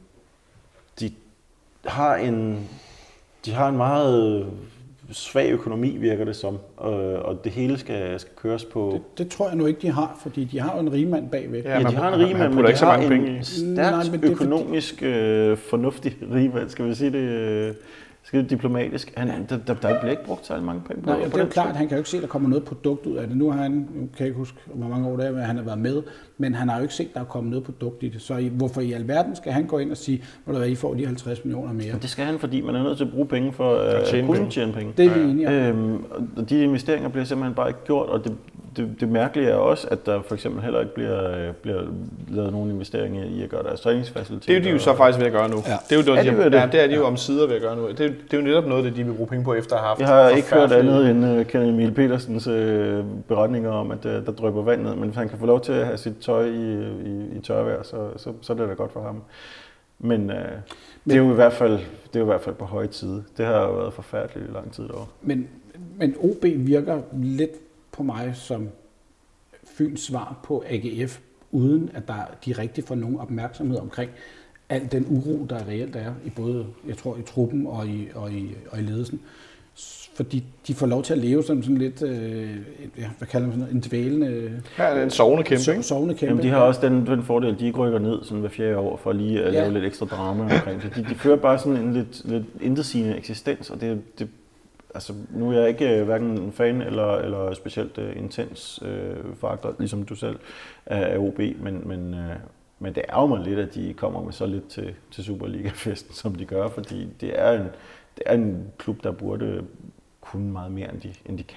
de, har en, de har en meget svag økonomi, virker det som, og det hele skal, skal køres på... Det, det tror jeg nu ikke, de har, fordi de har jo en rigmand bagved. Ja, ja de har en rigmand, men de har en stærkt økonomisk øh, fornuftig rigmand, skal vi sige det... Øh, Skal det diplomatisk? Han, der, der, der bliver ikke brugt særlig mange penge på. Nej, det er jo klart, han kan jo ikke se, at der kommer noget produkt ud af det. Nu har han, nu kan jeg ikke huske, hvor mange år det er, han har været med, men han har jo ikke set, at der er kommet noget produkt i det. Så i, hvorfor i alverden skal han gå ind og sige, hvor der I får de halvtreds millioner mere? Det skal han, fordi man er nødt til at bruge penge for at tjene kunne penge. tjene penge. Det er vi enige om. Øhm, og de investeringer bliver simpelthen bare ikke gjort, og det, det, det mærkelige er også, at der for eksempel heller ikke bliver, bliver lavet nogen investeringer i at gøre deres træningsfaciliteter. Det er jo de jo så faktisk ved at gøre nu. Ja. Det er jo det, er de, det, ja, det er de jo om sider ved at gøre nu. Det er, det er jo netop noget, det de vil bruge penge på efter at have haft. Jeg har ikke hørt andet end uh, Kenneth Emil Petersens uh, beretninger om, at uh, der drypper vand ned, men hvis han kan få lov til at have sit tøj i, i, i tørvejr, så, så, så er det da godt for ham. Men, uh, men det, er jo i hvert fald, det er jo i hvert fald på høje tid. Det har jo været forfærdeligt i lang tid derovre. Men, men O B virker lidt på mig som Fyns svar på A G F, uden at der de rigtig får nogen opmærksomhed omkring al den uro, der reelt er i både, jeg tror, i truppen og i, og i, og i ledelsen. Fordi de får lov til at leve som sådan lidt, øh, ja, hvad kalder man sådan en dvælende... Ja, det er en sovende kæmpe, ikke? Sovende kæmpe. Jamen, de har også den, den fordel, de ikke rykker ned sådan hver fjerde år for lige at ja. lave lidt ekstra drama omkring det. De, de fører bare sådan en lidt, lidt intetsigende eksistens, og det, det altså, nu er jeg ikke hverken fan eller, eller specielt uh, intens uh, faktor, ligesom du selv, af O B, men, men, uh, men det er jo mig lidt, at de kommer med så lidt til, til Superliga-festen, som de gør, fordi det er en, det er en klub, der burde kunne meget mere, end de, end de kan.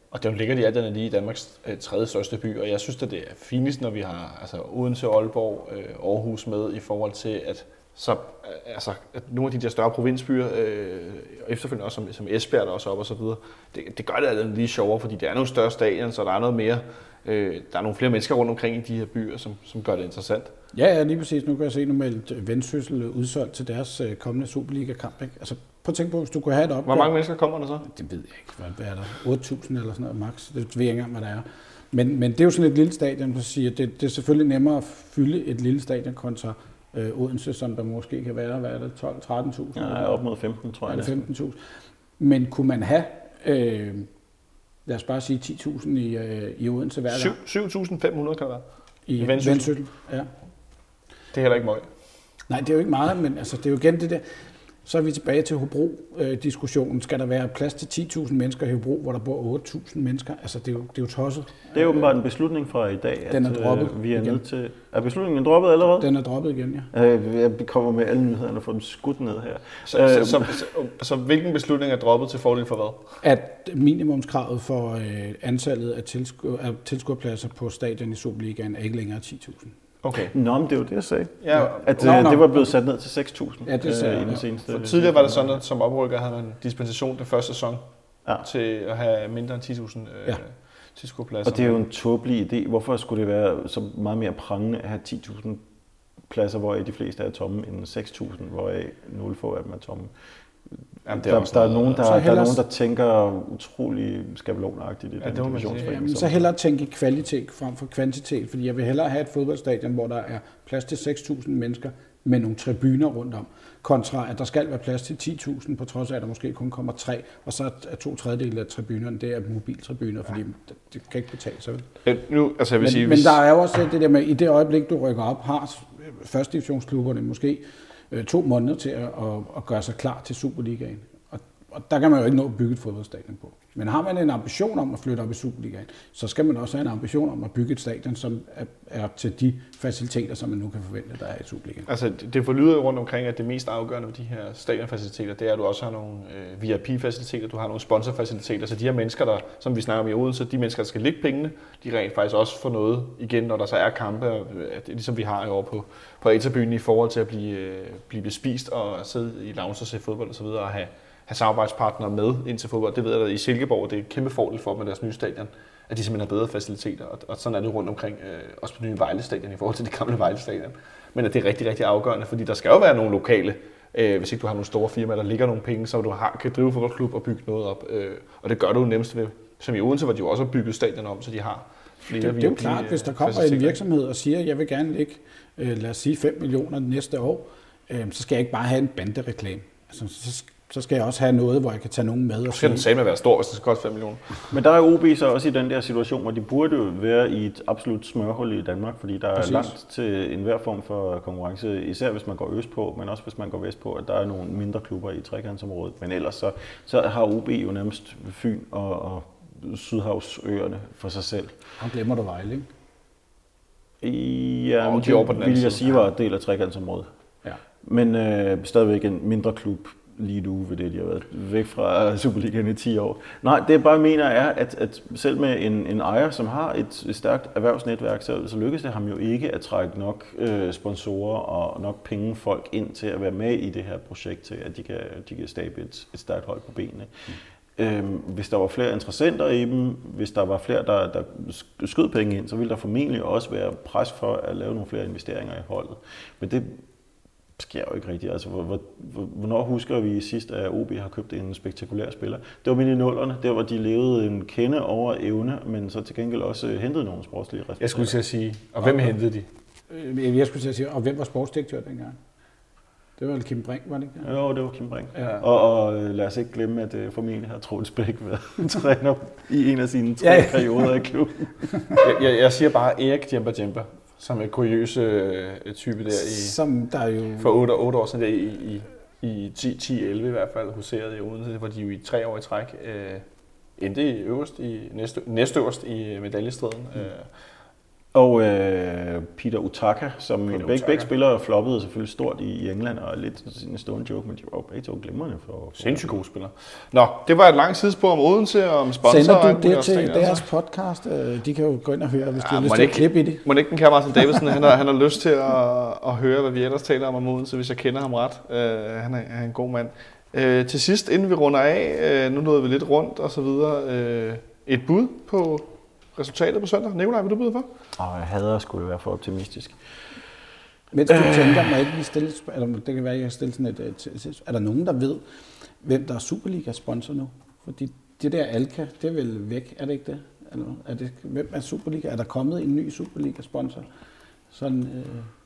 Og det ligger de alt andet lige i Danmarks øh, tredje største by, og jeg synes, at det er finest, når vi har altså, Odense, Aalborg, øh, Aarhus med i forhold til, at, så, altså, at nogle af de der større provinsbyer, øh, efterfølgende også som, som Esbjerg der også op og så videre, det, det gør det alt andet lige sjovere, fordi det er nogle større stadion, så der er noget mere, øh, der er nogle flere mennesker rundt omkring i de her byer, som, som gør det interessant. Ja, ja, lige præcis. Nu kan jeg se normalt Vendsyssel udsolgt til deres øh, kommende Superliga-kamp. Ikke? Altså, prøv at tænke på, hvis du kunne have et opgør. Hvor mange mennesker kommer der så? Det ved jeg ikke. Hvad, hvad er der? otte tusind eller sådan noget max. Det ved jeg ikke engang, hvad der er. Men, men det er jo sådan et lille stadion, der siger, det, det er selvfølgelig nemmere at fylde et lille stadion kontra øh, Odense, som der måske kan være, hvad er det, tolv til tretten tusind? Ja, op mod femten, tror jeg. Ja, femten tusind. Men kunne man have, øh, lad os bare sige ti tusind i, øh, i Odense hver gang? syv tusind fem hundrede kan det være. I, I Vendsyssel, ja. Det er heller ikke meget. Nej, det er jo ikke meget, men altså, det er jo igen det der. Så er vi tilbage til Hobro-diskussionen. Skal der være plads til ti tusind mennesker i Hobro, hvor der bor otte tusind mennesker? Altså, det er jo, det er jo tosset. Det er åbenbart en beslutning fra i dag, den er at droppet øh, vi er igen. nødt til... Er beslutningen droppet allerede? Den er droppet igen, ja. Øh, jeg kommer med alle nyhederne og får dem skudt ned her. Så, øh, så, så, så, så hvilken beslutning er droppet til fordel for hvad? At minimumskravet for øh, antallet af, tilsku- af tilskuerpladser på stadion i Superligaen er ikke længere ti tusind. Okay. Nå, men det er jo det, jeg sagde. Ja. At Nå, øh, nå. det var blevet sat ned til seks tusind Ja, det sagde øh, jeg, i den ja. seneste. For tidligere var det sådan, at som oprykker havde man dispensation den første sæson ja. til at have mindre end ti tusind øh, Ja. tilskuerpladser. Og det er jo en tåbelig idé. Hvorfor skulle det være så meget mere prangende at have ti tusind pladser, hvor de fleste er tomme, end seks tusind, hvor nogle få af dem er tomme? Jamen, det er der, der, er nogen, der, hellere... der er nogen, der tænker utrolig skabelonagtigt i Ja, den det må man sige. divisionsforening. Jamen, så hellere tænke kvalitet frem for kvantitet, fordi jeg vil hellere have et fodboldstadion, hvor der er plads til seks tusind mennesker med nogle tribuner rundt om, kontra at der skal være plads til ti tusind, på trods af, at der måske kun kommer tre, og så er to tredjedele af tribunerne, det er mobiltribuner, fordi det, det kan ikke betale sig. Øh, nu, altså jeg vil Men, sige, men hvis... der er jo også det der med, i det øjeblik, du rykker op, har første divisionsklubberne måske øh, to måneder til at, at, at gøre sig klar til Superligaen. Og, og der kan man jo ikke nå at bygge et fodboldstadion på. Men har man en ambition om at flytte op i Superligaen, så skal man også have en ambition om at bygge et stadion, som er, er til de faciliteter, som man nu kan forvente, der er i Superligaen. Altså, det forlyder rundt omkring, at det mest afgørende ved de her stadionfaciliteter, det er, at du også har nogle øh, V I P-faciliteter, du har nogle sponsorfaciliteter, så de her mennesker, der, som vi snakker om i Odense, de mennesker, der skal lægge pengene, de rent faktisk også får noget igen, når der så er kampe, at, ligesom vi har over på, på A-tribunen i forhold til at blive, øh, blive bespist og sidde i lounge og se fodbold og så videre, og have have samarbejdspartnere med ind til fodbold. Det ved jeg, at i Silkeborg det er et kæmpe fordel for med deres nye stadion, at de simpelthen har bedre faciliteter, og, og sådan er det rundt omkring, øh, også på det nye Vejle-stadion i forhold til det gamle Vejle-stadion. Men at det er rigtig, rigtig afgørende, fordi der skal jo være nogle lokale, øh, hvis ikke du har nogle store firmaer, der ligger nogle penge, så du har, kan drive fodboldklub og bygge noget op. Øh, og det gør du nemmest ved, som i Odense, hvor de jo også har bygget stadion om, så de har flere. Det, det er jo klart, hvis der kommer en virksomhed og siger, at jeg vil gerne lægge, øh, lad os sige, fem millioner næste år, øh, så skal jeg ikke bare have en bandereklame. Altså, så så skal jeg også have noget, hvor jeg kan tage nogen med. Og så skal den sagde med at være stor, hvis det skal koste fem millioner. Men der er O B så også i den der situation, hvor de burde jo være i et absolut smørhul i Danmark, fordi der Præcis. er langt til enhver form for konkurrence, især hvis man går øst på, men også hvis man går vest på, at der er nogle mindre klubber i trekantsområdet. Men ellers så, så har O B jo nærmest Fyn og, og Sydhavsøerne for sig selv. Og glemmer du Vejle, ikke? Ja, og de det vil jeg sige var en del af trekantsområdet. Ja. Men øh, stadigvæk en mindre klub lige nu ved det, de har været væk fra Superligaen i ti år. Nej, det jeg bare mener er, at, at selv med en, en ejer, som har et, et stærkt erhvervsnetværk, så, så lykkes det ham jo ikke at trække nok øh, sponsorer og nok pengefolk ind til at være med i det her projekt, til at de kan, de kan stable et, et stærkt hold på benene. Mm. Øhm, hvis der var flere interessenter i dem, hvis der var flere, der, der skød penge ind, så ville der formentlig også være pres for at lave nogle flere investeringer i holdet. Men det sker jo ikke rigtigt. Altså, hvor, hvor, hvornår husker vi sidst, at O B har købt en spektakulær spiller? Det var midt i nullerne, der hvor de levede en kende over evne, men så til gengæld også hentede nogle sportslige resultater. Jeg skulle til at sige, og hvem hentede de? Jeg skulle til at sige, og hvem var sportsdirektør dengang? Det var Kim Brink, var det ikke? Jo, det var Kim Brink. Ja. Og, og lad os ikke glemme, at uh, formentlig har Troels Bæk været træner i en af sine tre ja, ja. perioder i klubben. jeg, jeg, jeg siger bare Erik Djemper Djemper, som er en kuriøs øh, type der i, som der jo... for otte år siden der i, i, i ti elleve i hvert fald, huserede i Odense, hvor de jo i tre år i træk øh, endte i øverst, i næste, næstøverst i medaljestriden. Mm. Øh, Og øh, Peter Utaka, som Peter begge, Utaka. begge spillere floppede selvfølgelig stort i, i England, og lidt en stående joke, men de var jo begge to glimrende for... Sindssygt gode spillere. Nå, det var et langt sidespor om Odense og om sponsor. Sender og du det og til ting, deres altså. podcast? Øh, De kan jo gå ind og høre, hvis de Ja, har lyst må til at ikke- klippe i det. Må det ikke den kære Martin Davidsen, han har, han har lyst til at, at høre, hvad vi ellers taler om om Odense, hvis jeg kender ham ret. Uh, han, er, han er en god mand. Uh, til sidst, inden vi runder af, uh, nu nåede vi lidt rundt og så videre, uh, et bud på resultatet på søndag. Nikolaj, vil du byde for? Og jeg hader at skulle være for optimistisk. Mens du øh. tænker, må jeg ikke lige stille, et sp- eller det kan være, at jeg kan stille sådan et, et, et, et, er der nogen, der ved, hvem der er Superliga-sponsor nu? Fordi det der Alka, det er vel væk, er det ikke det? Eller, er det hvem er Superliga? Er der kommet en ny Superliga-sponsor? Sådan, øh,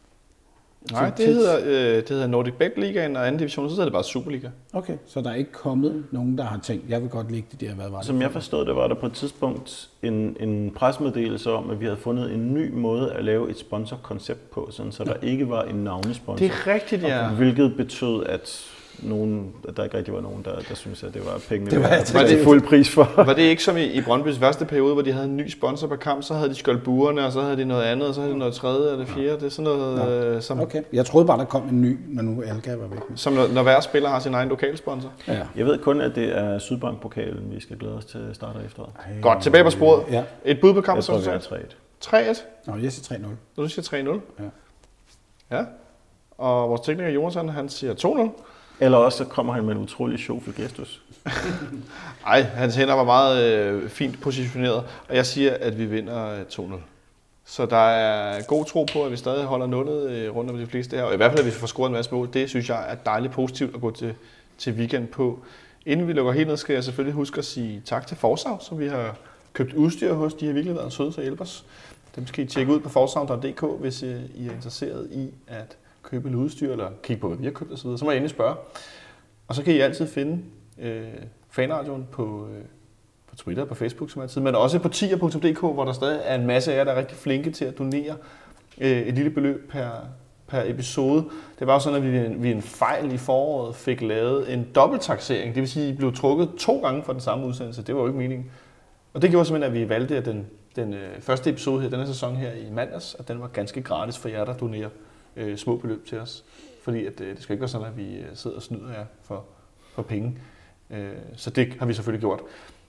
Nej, det til- hedder, øh, det hedder Nordic Bet Ligaen og anden division, så hedder det bare Superliga. Okay, så der er ikke kommet nogen, der har tænkt, jeg vil godt ligge de der, hvad var det? Som jeg forstod det, var der på et tidspunkt en, en pressemeddelelse om, at vi havde fundet en ny måde at lave et sponsorkoncept på, sådan, så der ikke var en navnesponsor. Det er rigtigt, ja. Hvilket betød, at, nogen, at der ikke rigtig var nogen, der, der syntes, at det var pengene Det var- værd var at det- til fuld pris for. Var det ikke som i, i Brøndbys første periode, hvor de havde en ny sponsor per kamp, så havde de skjoldbuerne, og så havde de noget andet, og så havde de noget tredje eller fjerde. Det er sådan noget, øh, som, Okay, jeg troede bare, der kom en ny, når nu Alka var væk. som når, når hver spiller har sin egen lokalsponsor. Ja. Jeg ved kun, at det er Sydbank-pokalen, vi skal glæde os til at starte efteråret. Godt, tilbage på sporet. Ja. Et bud på Jeg kampens tror, vi er resultat. tre et. tre et. Nå, jeg siger tre nul. Du siger tre nul. Ja. Ja. Og vores tekniker Jonathan, han siger to nul. Eller også så kommer han med en utrolig sjov gestus. Ej, hans hænder var meget øh, fint positioneret, og jeg siger, at vi vinder øh, to nul. Så der er god tro på, at vi stadig holder nullet øh, rundt om de fleste her, og i hvert fald, at vi får scoret en masse mål. Det synes jeg er dejligt positivt at gå til, til weekend på. Inden vi lukker helt ned, skal jeg selvfølgelig huske at sige tak til Forsav, som vi har købt udstyr hos. De har virkelig været søde til at hjælpe os. Dem skal I tjekke ud på forsav punktum d k, hvis I er interesseret i at købe noget udstyr, eller kigge på, hvad vi har købt osv. Så må jeg endelig spørge. Og så kan I altid finde øh, fanradioen på, øh, på Twitter og på Facebook, som altid, men også på tier punktum d k, hvor der stadig er en masse af jer, der er rigtig flinke til at donere øh, et lille beløb per, per episode. Det var jo sådan, at vi ved en fejl i foråret fik lavet en dobbelttaksering. Det vil sige, at I blev trukket to gange for den samme udsendelse. Det var jo ikke meningen. Og det gjorde simpelthen, at vi valgte, at den, den øh, første episode her, denne sæson her i mandags, at den var ganske gratis for jer, der donerer øh, små beløb til os. Fordi at, øh, det skal ikke være sådan, at vi øh, sidder og snyder jer for, for penge. Øh, så det har vi selvfølgelig gjort.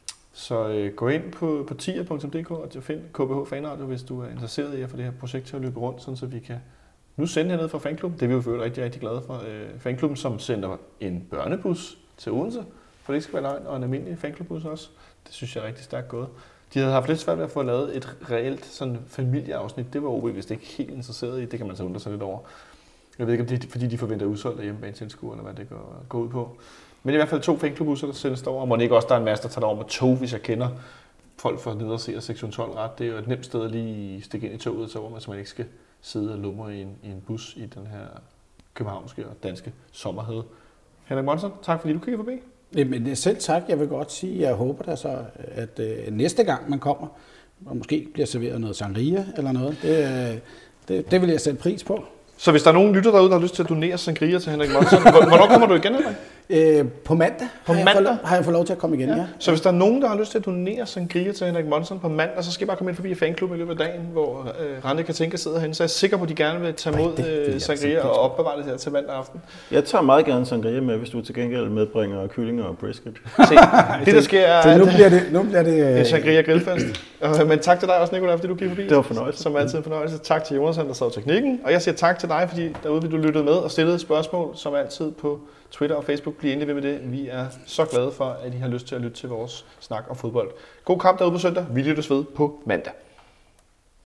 Så øh, gå ind på, på tier punktum d k og find K B H Fanradio, hvis du er interesseret i at få det her projekt til at løbe rundt, sådan så vi kan nu sende hernede fra fanklubben. Det er vi jo for øvrigt rigtig, rigtig glade for. Øh, fanklubben, som sender en børnebus til Odense, for det ikke skal være løgn, og en almindelig fanklubus også. Det synes jeg er rigtig stærkt gået. De havde haft lidt svært ved at få lavet et reelt sådan familieafsnit. Det var O B vist ikke helt interesseret i. Det kan man så undre sig lidt over. Jeg ved ikke, om det er fordi, de forventer udsolgt af hjemmebanetilskuere, eller hvad det går, går ud på. Men i hvert fald to fanklubusser, der sendes derover. Og må det ikke også, der er en masse, der tager derover med tog, hvis jeg kender folk fra nede og ser sektion tolv ret. Det er jo et nemt sted at lige stikke ind i toget, så man, så man ikke skal sidde og lumre i en, i en bus i den her københavnske og danske sommerhede. Henrik Monsen, tak fordi du kiggede forbi. Men selv tak, jeg vil godt sige, jeg håber da så, at øh, næste gang man kommer, og måske bliver serveret noget sangria eller noget, det, øh, det, det vil jeg sætte pris på. Så hvis der er nogen lytter derude, der har lyst til at donere sangria til Henrik Monsen, hvornår kommer du igen, Henrik? Øh, på mandag, På har, mandag? Jeg fået, har jeg fået lov til at komme igen, ja. ja. Så hvis der er nogen, der har lyst til at donere sangria til Henrik Monsen på mandag, så skal I bare komme ind forbi fanklubben i løbet af dagen, hvor øh, Rande Katinka sidder herinde. Så jeg er sikker på, at de gerne vil tage mod øh, sangria og opbevare det her til mandag aften. Jeg tager meget gerne sangria med, hvis du til gengæld medbringer kyllinger og brisket. Se, det der sker er, Så nu at bliver det, nu bliver det en øh, sangria grillfest. Øh, Men tak til dig også, Nikolaj, fordi du gik forbi. Det var fornøjelse. Som altid en fornøjelse. Tak til Jonas, der sad teknikken. Og jeg siger tak til dig, fordi derude du lyttede med og stillede spørgsmål, som altid på Twitter og Facebook. Bliv endelig ved med det. Vi er så glade for, at I har lyst til at lytte til vores snak om fodbold. God kamp derude på søndag. Vi lyttes ved på mandag.